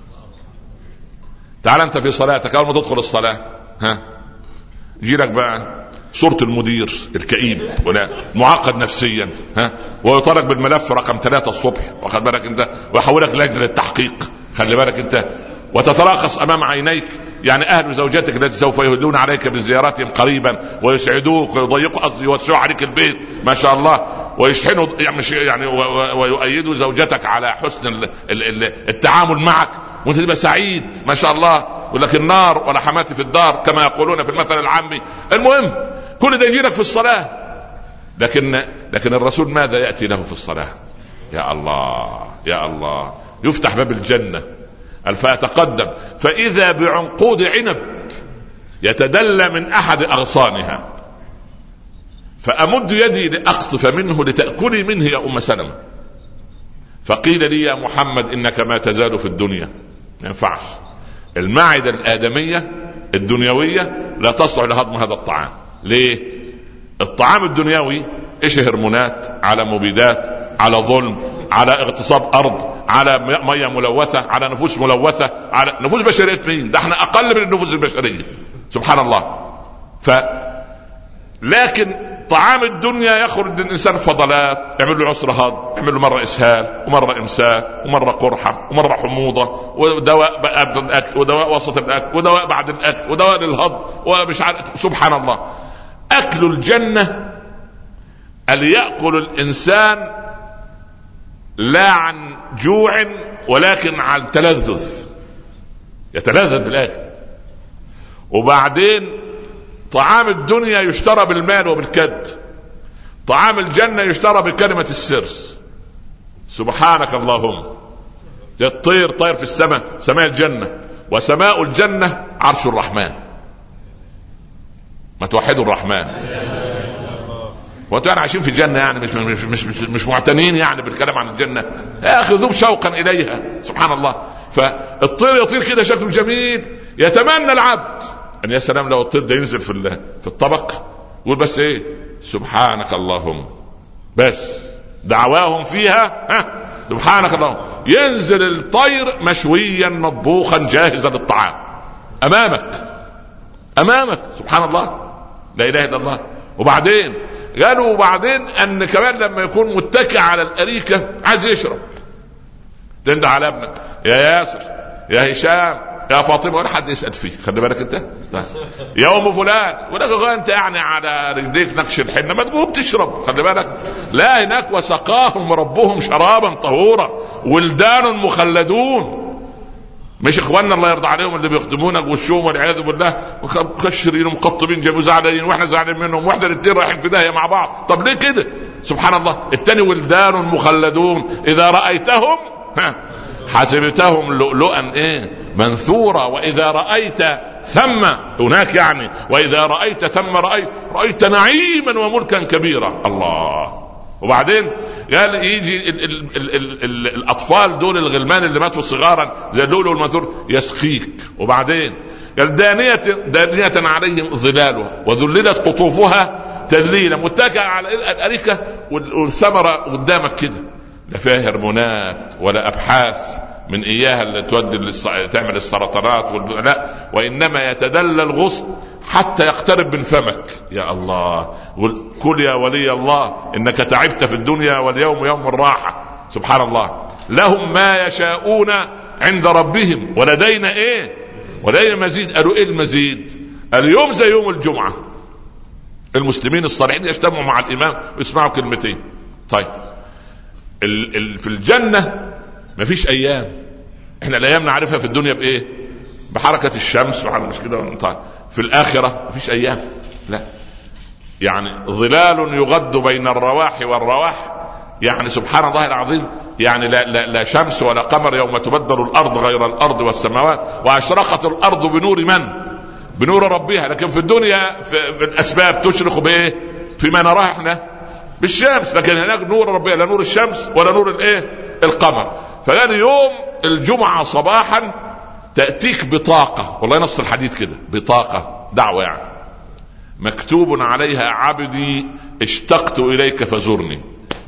تعال أنت في صلاتك أول ما تدخل الصلاة يجيلك بقى صورة المدير الكئيب ولا معقد نفسيا ويطلق بالملف رقم 3 الصبح، واخد بالك انت، ويحولك لجنة التحقيق، خلي بالك انت، وتتراقص امام عينيك يعني اهل زوجتك التي سوف يهدون عليك بزياراتهم قريبا ويسعدوك ويضيقوا قصدي يوسعوا عليك البيت ما شاء الله، ويشحنوا يعني ويؤيدوا زوجتك على حسن التعامل معك، وانت تبقى سعيد ما شاء الله. يقول لك النار ولا حماتي في الدار كما يقولون في المثل العامي. المهم كل ده يجيلك في الصلاة، لكن الرسول ماذا يأتي له في الصلاة؟ يا الله يا الله، يفتح باب الجنة فيتقدم فإذا بعنقود عنب يتدلى من أحد أغصانها، فأمد يدي لأقطف منه لتأكلي منه يا أم سلمة. فقيل لي يا محمد إنك ما تزال في الدنيا. ما ينفعش، المعدة الآدمية الدنيوية لا تصلح لهضم هذا الطعام. ليه؟ الطعام الدنيوي ايش؟ هرمونات، على مبيدات، على ظلم، على اغتصاب أرض، على مياه ملوثة، على نفوس ملوثة، على نفوس بشرية. مين ده؟ احنا أقل من النفوس البشرية سبحان الله. لكن طعام الدنيا يخرج الإنسان فضلات، يعمل له عسر هضم، يعمل له مرة إسهال ومرة إمساك ومرة قرحة ومرة حموضة، ودواء قبل الأكل ودواء وسط الأكل ودواء بعد الأكل ودواء للهضم ومش عارف. سبحان الله. أكل الجنة أن يأكل الإنسان لا عن جوع ولكن عن تلذذ، يتلذذ بالأكل. وبعدين طعام الدنيا يشترى بالمال وبالكد، طعام الجنة يشترى بكلمة السر سبحانك اللهم. الطير طير في السماء، سماء الجنة، وسماء الجنة عرش الرحمن. ما توحدوا الرحمن. وانتوا عايشين في الجنة يعني مش معتنين يعني بالكلام عن الجنة يا اخي، ذوب شوقا اليها سبحان الله. فالطير يطير كده شكله جميل، يتمنى العبد ان يا سلام لو الطير ده ينزل في الطبق يقول بس ايه سبحانك اللهم، بس دعواهم فيها سبحانك اللهم. ينزل الطير مشويا مطبوخا جاهزا للطعام امامك سبحان الله، لا اله الا الله. وبعدين ان كمان لما يكون متكئ على الاريكه عايز يشرب، تنده على ابنك يا ياسر يا هشام يا فاطمه، ولا حد يسال فيك، خلي بالك انت يا ام فلان، ولا انت يعني على رجليك نقش الحنه ما تقوم تشرب، خلي بالك. لا، هناك وسقاهم ربهم شرابا طهورا ولدان مخلدون. مش اخواننا الله يرضى عليهم اللي بيخدمونك والشوم والعياذ بالله مكشرين ومقطبين جابوا زعلانين واحنا زعلانين منهم، واحنا الاثنين رايحين في داهيه مع بعض. طب ليه كده سبحان الله؟ التاني ولدان مخلدون اذا رايتهم حسبتهم لؤلؤا منثورا، واذا رايت ثم هناك يعني واذا رايت ثم رايت نعيما وملكا كبيرا. الله. وبعدين قال يجي الاطفال دول الغلمان اللي ماتوا صغارا زي اللؤلؤ المنثور يسقيك. وبعدين قال دانية عليهم ظلالها وذللت قطوفها تذليلا، متكئ على الاريكه والثمره قدامك كده، لا فيها هرمونات ولا ابحاث من اياها اللي تودي تعمل السرطانات لا، وانما يتدلى الغصن حتى يقترب من فمك. يا الله، كل يا ولي الله انك تعبت في الدنيا واليوم يوم الراحه سبحان الله. لهم ما يشاءون عند ربهم ولدينا ولدينا مزيد. قالوا ايه المزيد؟ اليوم زي يوم الجمعه، المسلمين الصالحين يجتمعوا مع الامام ويسمعوا كلمتين. طيب في الجنه مفيش ايام، احنا الايام نعرفها في الدنيا بايه؟ بحركه الشمس مش كده. طيب في الاخره مفيش ايام، لا، يعني ظلال يغد بين الرواح والرواح، يعني سبحان الله العظيم، يعني لا شمس ولا قمر يوم تبدل الارض غير الارض والسماوات واشرقت الارض بنور من؟ بنور ربها. لكن في الدنيا في الاسباب تشرق بايه؟ فيما نراه احنا بالشمس، لكن هناك نور ربها لا نور الشمس ولا نور القمر. فقال يوم الجمعة صباحا تأتيك بطاقة، والله نص الحديث كده، بطاقة دعوة يعني، مكتوب عليها عبدي اشتقت إليك فزرني.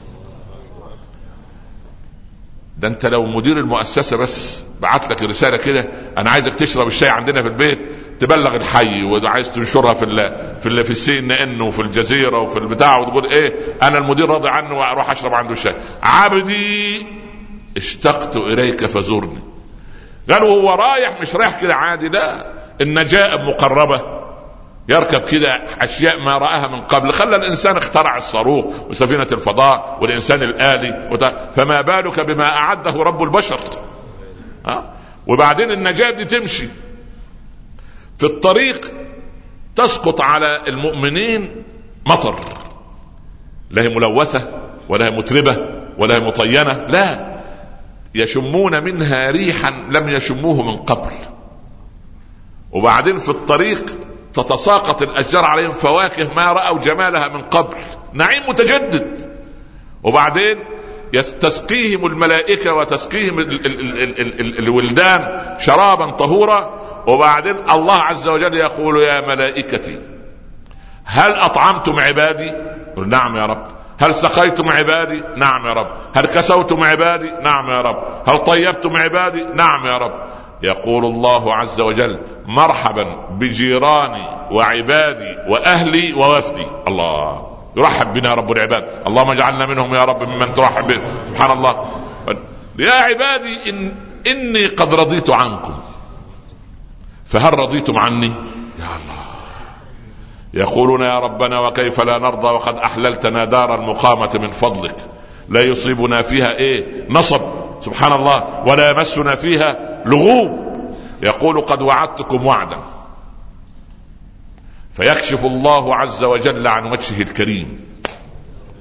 ده انت لو مدير المؤسسة بس بعت لك رسالة كده انا عايزك تشرب الشاي عندنا في البيت، تبلغ الحي وعايز تنشرها في الCNN وفي الجزيرة وفي البتاع وتقول انا المدير راضي عنه واروح اشرب عنده الشاي، عبدي اشتقت اليك فزرني. قالوا هو رايح مش رايح كده عادي، لا، النجائب مقربة، يركب كده اشياء ما رآها من قبل. خلى الانسان اخترع الصاروخ وسفينة الفضاء والانسان الآلي فما بالك بما اعده رب البشر. وبعدين النجائب دي تمشي في الطريق، تسقط على المؤمنين مطر، لا هي ملوثة ولا هي متربة ولا هي مطينة، لا، يشمون منها ريحا لم يشموه من قبل. وبعدين في الطريق تتساقط الأشجار عليهم فواكه ما رأوا جمالها من قبل، نعيم متجدد. وبعدين تسقيهم الملائكة وتسقيهم الولدان شرابا طهورا. وبعدين الله عز وجل يقول يا ملائكتي هل أطعمتم عبادي؟ نعم يا رب. هل سقيتم عبادي؟ نعم يا رب. هل كسوتم عبادي؟ نعم يا رب. هل طيبتم عبادي؟ نعم يا رب. يقول الله عز وجل مرحبا بجيراني وعبادي وأهلي ووفدي. الله يرحب بنا رب العباد، اللهم اجعلنا منهم يا رب ممن ترحب به. سبحان الله. يا عبادي إني قد رضيت عنكم فهل رضيتم عني؟ يا الله. يقولون يا ربنا وكيف لا نرضى وقد أحللتنا دار المقامة من فضلك، لا يصيبنا فيها نصب سبحان الله ولا يمسنا فيها لغوب. يقول قد وعدتكم وعدا، فيكشف الله عز وجل عن وجهه الكريم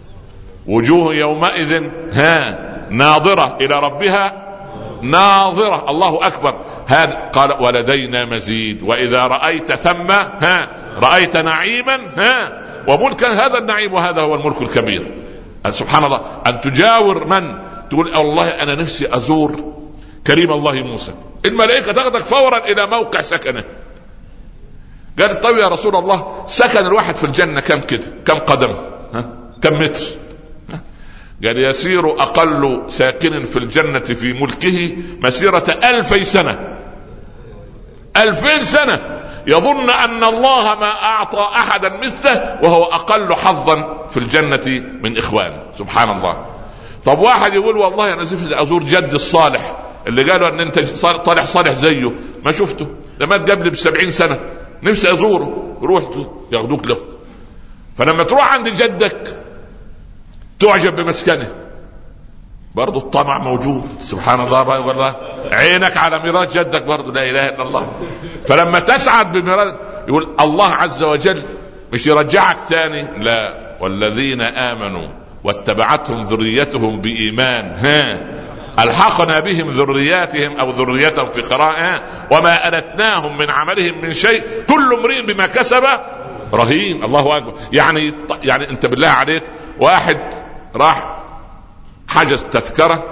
وجوه يومئذ ناظرة إلى ربها ناظرة. الله أكبر. هذا قال ولدينا مزيد وإذا رأيت ثم رأيت نعيما وملكا. هذا النعيم وهذا هو الملك الكبير. سبحان الله. أن تجاور من تقول الله أنا نفسي أزور كريم الله موسى، الملائكة تاخذك فورا إلى موقع سكنه. قال طيب يا رسول الله سكن الواحد في الجنة كم كده، كم قدم، كم متر؟ قال يسير أقل ساكن في الجنة في ملكه مسيرة 2000 سنة. 2000 سنة يظن أن الله ما أعطى أحدا مثله وهو أقل حظا في الجنة من إخوانه. سبحان الله. طب واحد يقول والله أنا نفسي أزور جد الصالح اللي قالوا أن أنت طالح صالح زيه، ما شفته، ده مات قبل ب70 سنة، نفسي أزوره. روح ياخدوك له. فلما تروح عند جدك تعجب بمسكنه، برضو الطمع موجود. سبحان الله. والله عينك على ميراث جدك برضو، لا إله إلا الله. فلما تسعد بميراث يقول الله عز وجل مش يرجعك تاني، لا، والذين آمنوا واتبعتهم ذريتهم بإيمان ألحقنا بهم ذرياتهم أو ذريتهم في قراءة وما ألتناهم من عملهم من شيء كل امرئ بما كسب رهين. الله أكبر. يعني أنت بالله عليك واحد راح حجز تذكرة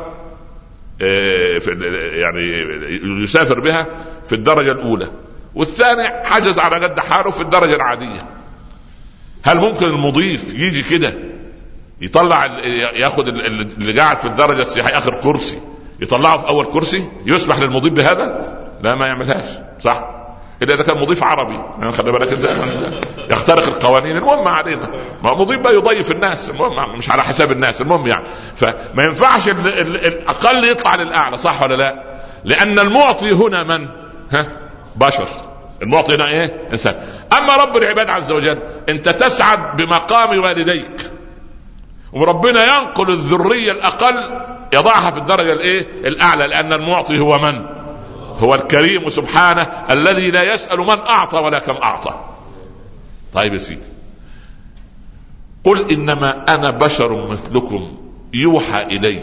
يعني يسافر بها في الدرجة الأولى، والثاني حجز على قد حاله في الدرجة العادية. هل ممكن المضيف يجي كده يطلع ياخد اللي قاعد في الدرجة السياحية آخر كرسي يطلعه في أول كرسي؟ يسمح للمضيف بهذا؟ لا، ما يعملهاش. صح؟ إلا إذا كان مضيف عربي، يعني خلي بالك يخترق القوانين. المهم علينا، ما مضيف بقى يضيف الناس، المهم مش على حساب الناس، المهم يعني. فما ينفعش الأقل يطلع للأعلى، صح ولا لا؟ لأن المعطي هنا من؟ بشر. المعطي هنا إيه؟ إنسان. أما رب العباد عز وجل أنت تسعد بمقام والديك، وربنا ينقل الذرية الأقل يضعها في الدرجة الإيه؟ الأعلى، لأن المعطي هو من؟ هو الكريم سبحانه الذي لا يسأل من أعطى ولا كم أعطى. طيب يا سيدي، قل إنما أنا بشر مثلكم يوحى إلي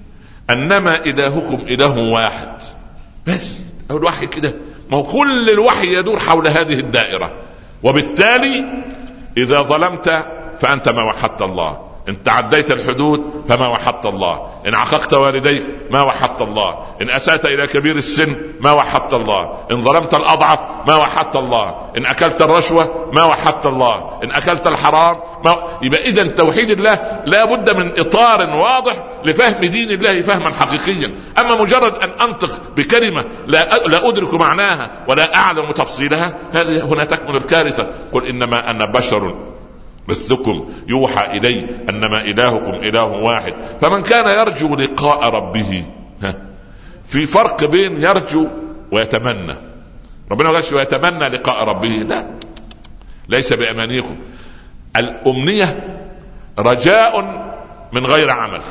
أنما إلهكم إله واحد. بس الوحي كده، ما هو كل الوحي يدور حول هذه الدائرة. وبالتالي إذا ظلمت فأنت ما وحدت الله، إن تعديت الحدود فما وحدت الله، إن عققت والديك ما وحدت الله، إن أسأت إلى كبير السن ما وحدت الله، إن ظلمت الأضعف ما وحدت الله، إن أكلت الرشوة ما وحدت الله، إن أكلت الحرام يبقى إذن توحيد الله لا بد من إطار واضح لفهم دين الله فهما حقيقيا. أما مجرد أن أنطق بكلمة لا أدرك معناها ولا أعلم تفصيلها، هذه هنا تكمن الكارثة. قل إنما أنا بشر مثلكم يوحى إلي أنما إلهكم إله واحد. فمن كان يرجو لقاء ربه، في فرق بين يرجو ويتمنى. ربنا قالش ويتمنى لقاء ربه، لا، ليس بأمانيكم. الأمنية رجاء من غير عمل.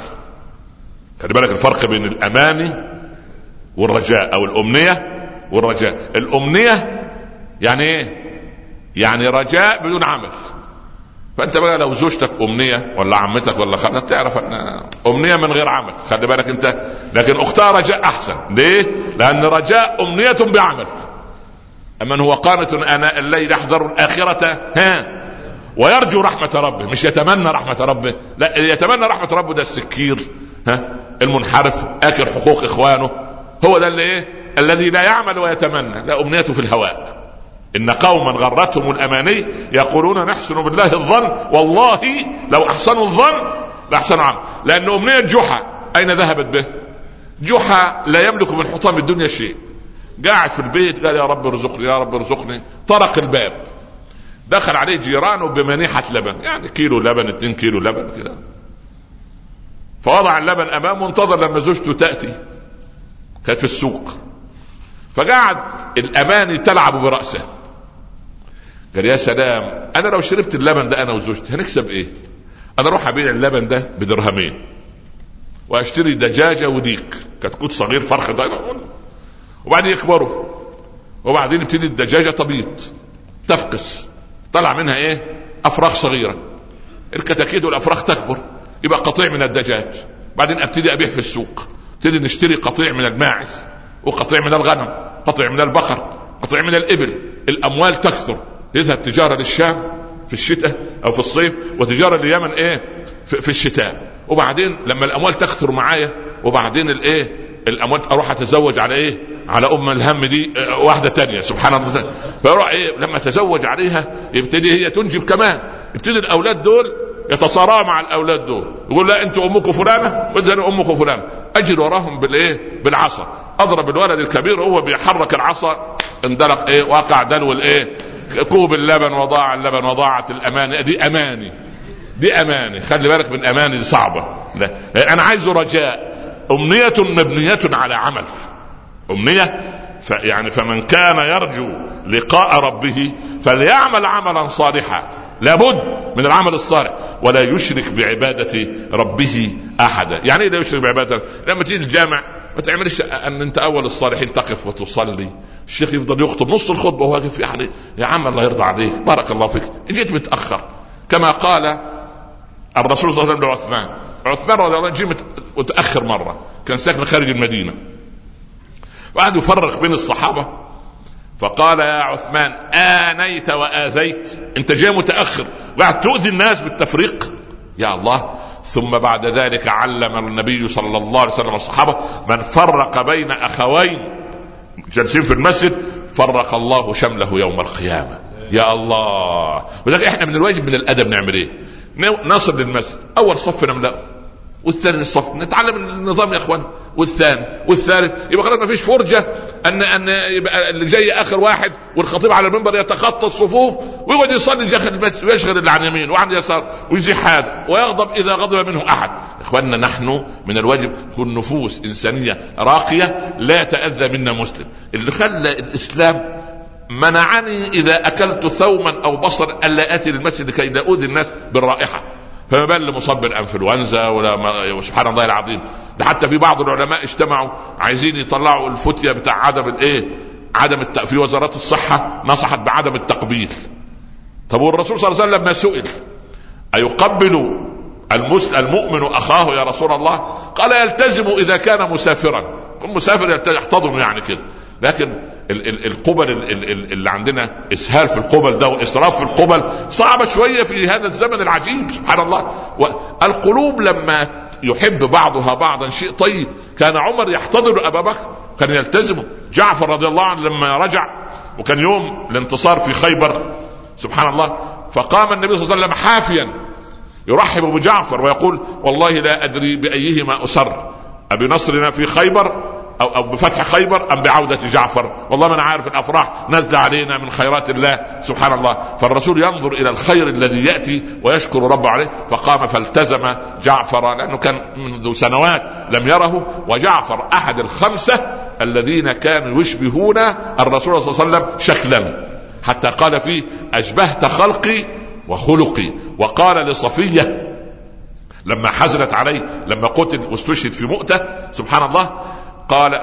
خلي بالك الفرق بين الأماني والرجاء، أو الأمنية والرجاء. الأمنية يعني إيه؟ يعني رجاء بدون عمل. فانت بقى لو زوجتك امنيه ولا عمتك ولا خالتك تعرف ان امنيه من غير عمل، خلي بالك انت. لكن اختها رجاء احسن. ليه؟ لان رجاء امنيه بعمل. اما هو قانت اناء الليل يحذر الاخره ويرجو رحمه ربه، مش يتمنى رحمه ربه. لا، اللي يتمنى رحمه ربه ده السكير المنحرف اكل حقوق اخوانه، هو ده اللي ايه؟ الذي لا يعمل ويتمنى، لا، امنيته في الهواء. إن قوما غرتهم الأماني يقولون نحسن بالله الظن والله لو أحسنوا الظن لأحسنوا عمل. لأن أمنية جحا أين ذهبت به؟ جحا لا يملك من حطام الدنيا شيء، قاعد في البيت قال يا رب ارزقني يا رب ارزقني. طرق الباب، دخل عليه جيرانه بمنيحة لبن، يعني كيلو لبن 2 كيلو لبن كده، فوضع اللبن أمامه وانتظر لما زوجته تأتي، كانت في السوق، فقعد الأماني تلعب برأسه. قال يا سلام، أنا لو شربت اللبن ده أنا وزوجتي هنكسب إيه؟ أنا أروح أبيع اللبن ده ب2 وأشتري دجاجة وديك، كتكوت صغير فرخ ده، وبعدين يكبروا، وبعدين يبتدي الدجاجة تبيض تفقس، طلع منها إيه؟ أفراخ صغيرة، الكتاكيت والأفراخ تكبر، يبقى قطيع من الدجاج، بعدين ابتدي ابيع في السوق، ابتدي نشتري قطيع من الماعز وقطيع من الغنم، قطيع من البقر، قطيع من الابل. الاموال تكثر، يذهب تجاره للشام في الشتاء او في الصيف، وتجاره لليمن في الشتاء. وبعدين لما الاموال تكثر معايا، وبعدين الاموال اروح اتزوج على على ام الهم دي واحده تانية، سبحان الله. فاروح لما اتزوج عليها يبتدي هي تنجب كمان، يبتدي الاولاد دول يتصارعوا مع الاولاد دول، يقول لا انتوا امكم فلانه وانت امكم فلانه. اجري وراهم بالعصا، اضرب الولد الكبير وهو بيحرك العصا، اندلق واقع دلو كوب اللبن، وضاع اللبن وضاعت الاماني. دي اماني، خلي بالك من اماني صعبه. لا انا عايزه رجاء، امنيه مبنيه على عمل، امنيه فمن كان يرجو لقاء ربه فليعمل عملا صالحا، لابد من العمل الصالح، ولا يشرك بعبادة ربه احدا. يعني ايه لا يشرك بعبادة؟ لما تيجي الجامع ما تعملش ان انت اول الصالحين تقف وتصلي، الشيخ يفضل يخطب نص الخطبه وهو واقف، يعني يا عم الله يرضى عليك، بارك الله فيك، جيت متاخر. كما قال الرسول صلى الله عليه وسلم عثمان رضي الله عنه، جيت متاخر مره، كان ساكن خارج المدينه، وقعد يفرق بين الصحابه، فقال يا عثمان آنيت وآذيت، انت جاي متأخر وقعد تؤذي الناس بالتفريق، يا الله. ثم بعد ذلك علم النبي صلى الله عليه وسلم الصحابة من فرق بين أخوين جالسين في المسجد فرق الله شمله يوم القيامة، يا الله. ولكن احنا من الواجب من الأدب نعمل ايه؟ نصل للمسجد، أول صف نملأه، والثاني الصف نتعلم النظام يا اخوان، والثاني والثالث، يبقى خلاص ما فيش فرجه ان يبقى اللي جاي اخر واحد والخطيب على المنبر يتخطى الصفوف ويقعد يصلي داخل المسجد ويشغل اللي عن يمين وعن يسار ويزيح هذا ويغضب اذا غضب منه احد. اخواننا نحن من الواجب تكون نفوس انسانيه راقيه لا يتاذى منا مسلم. اللي خلى الاسلام منعني اذا اكلت ثوما او بصر الا اتي للمسجد لكي لا اؤذي الناس بالرائحه، فما بال مصاب بالانفلونزا ولا سبحان الله العظيم. ده حتى في بعض العلماء اجتمعوا عايزين يطلعوا الفتية بتاع عدم في وزارات الصحة نصحت بعدم التقبيل. طب والرسول صلى الله عليه وسلم ما سئل أيقبل المؤمن أخاه يا رسول الله؟ قال يلتزم إذا كان مسافرا، كن مسافر يحتضن يعني كده. لكن القبل اللي عندنا اسهال في القبل ده واسراف في القبل صعبة شوية في هذا الزمن العجيب، سبحان الله. والقلوب لما يحب بعضها بعضا شيء طيب. كان عمر يحتضن ابا بكر، كان يلتزمه. جعفر رضي الله عنه لما رجع وكان يوم الانتصار في خيبر، سبحان الله، فقام النبي صلى الله عليه وسلم حافيا يرحب بجعفر ويقول والله لا ادري بايهما اسر، أبنصرنا في خيبر أو بفتح خيبر أم بعودة جعفر، والله ما أنا عارف الأفراح نزل علينا من خيرات الله، سبحان الله. فالرسول ينظر إلى الخير الذي يأتي ويشكر ربه عليه، فقام فالتزم جعفر لأنه كان منذ سنوات لم يره. وجعفر أحد الخمسة الذين كانوا يشبهون الرسول صلى الله عليه وسلم شكلا، حتى قال فيه أشبهت خلقي وخلقي. وقال لصفية لما حزنت عليه لما قتل واستشهد في مؤتة، سبحان الله، قال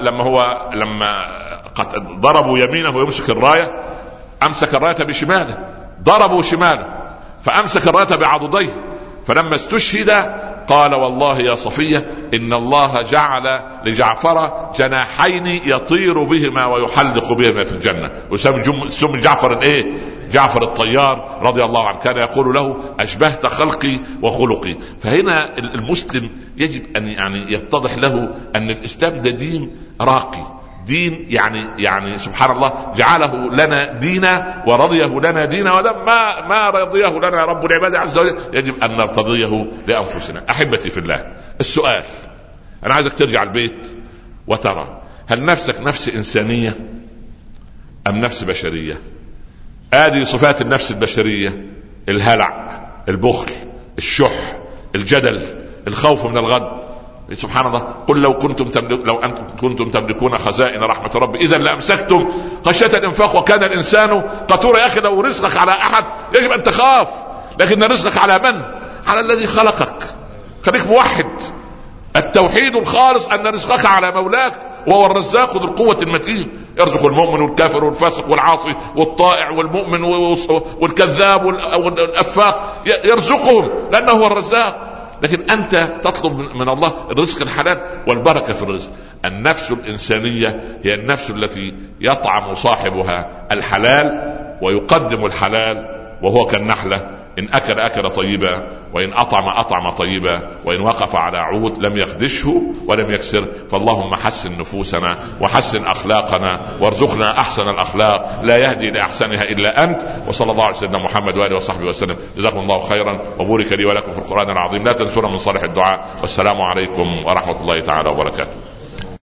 لما ضربوا يمينه ويمسك الراية، أمسك الراية بشماله، ضربوا شماله فأمسك الراية بعضديه، فلما استشهد قال والله يا صفية إن الله جعل لجعفر جناحين يطير بهما ويحلق بهما في الجنة، وسمي جعفر جعفر الطيار رضي الله عنه، كان يقول له أشبهت خلقي وخلقي. فهنا المسلم يجب أن يتضح له أن الإسلام ده دين راقي، دين يعني سبحان الله جعله لنا دينا ورضيه لنا دينا، وده ما رضيه لنا رب العباد عز وجل يجب أن نرتضيه لأنفسنا. أحبتي في الله، السؤال أنا عايزك ترجع البيت وترى هل نفسك نفس إنسانية أم نفس بشرية؟ هذه صفات النفس البشرية: الهلع، البخل، الشح، الجدل، الخوف من الغد. سبحان الله، قل لو أنتم كنتم تملكون خزائن رحمة ربي إذا لأمسكتم خشية الإنفاق وكان الإنسان قتورا. يا أخي لو رزقك على أحد يجب أن تخاف، لكن رزقك على من؟ على الذي خلقك. خليك موحد. التوحيد الخالص أن رزقك على مولاك وهو الرزاق ذو القوة المتين، يرزق المؤمن والكافر والفاسق والعاصي والطائع والمؤمن والكذاب والأفاق، يرزقهم لأنه هو الرزاق. لكن أنت تطلب من الله الرزق الحلال والبركة في الرزق. النفس الإنسانية هي النفس التي يطعم صاحبها الحلال ويقدم الحلال، وهو كالنحلة، إن أكل طيبا، وإن أطعم طيبا، وإن وقف على عود لم يخدشه ولم يكسر. فاللهم حسن نفوسنا وحسن أخلاقنا وارزقنا أحسن الأخلاق، لا يهدي لأحسنها إلا أنت. وصلى الله على سيدنا محمد وآله وصحبه وسلم. جزاكم الله خيرا وبارك لي ولكم في القرآن العظيم. لا تنسونا من صالح الدعاء. والسلام عليكم ورحمة الله تعالى وبركاته.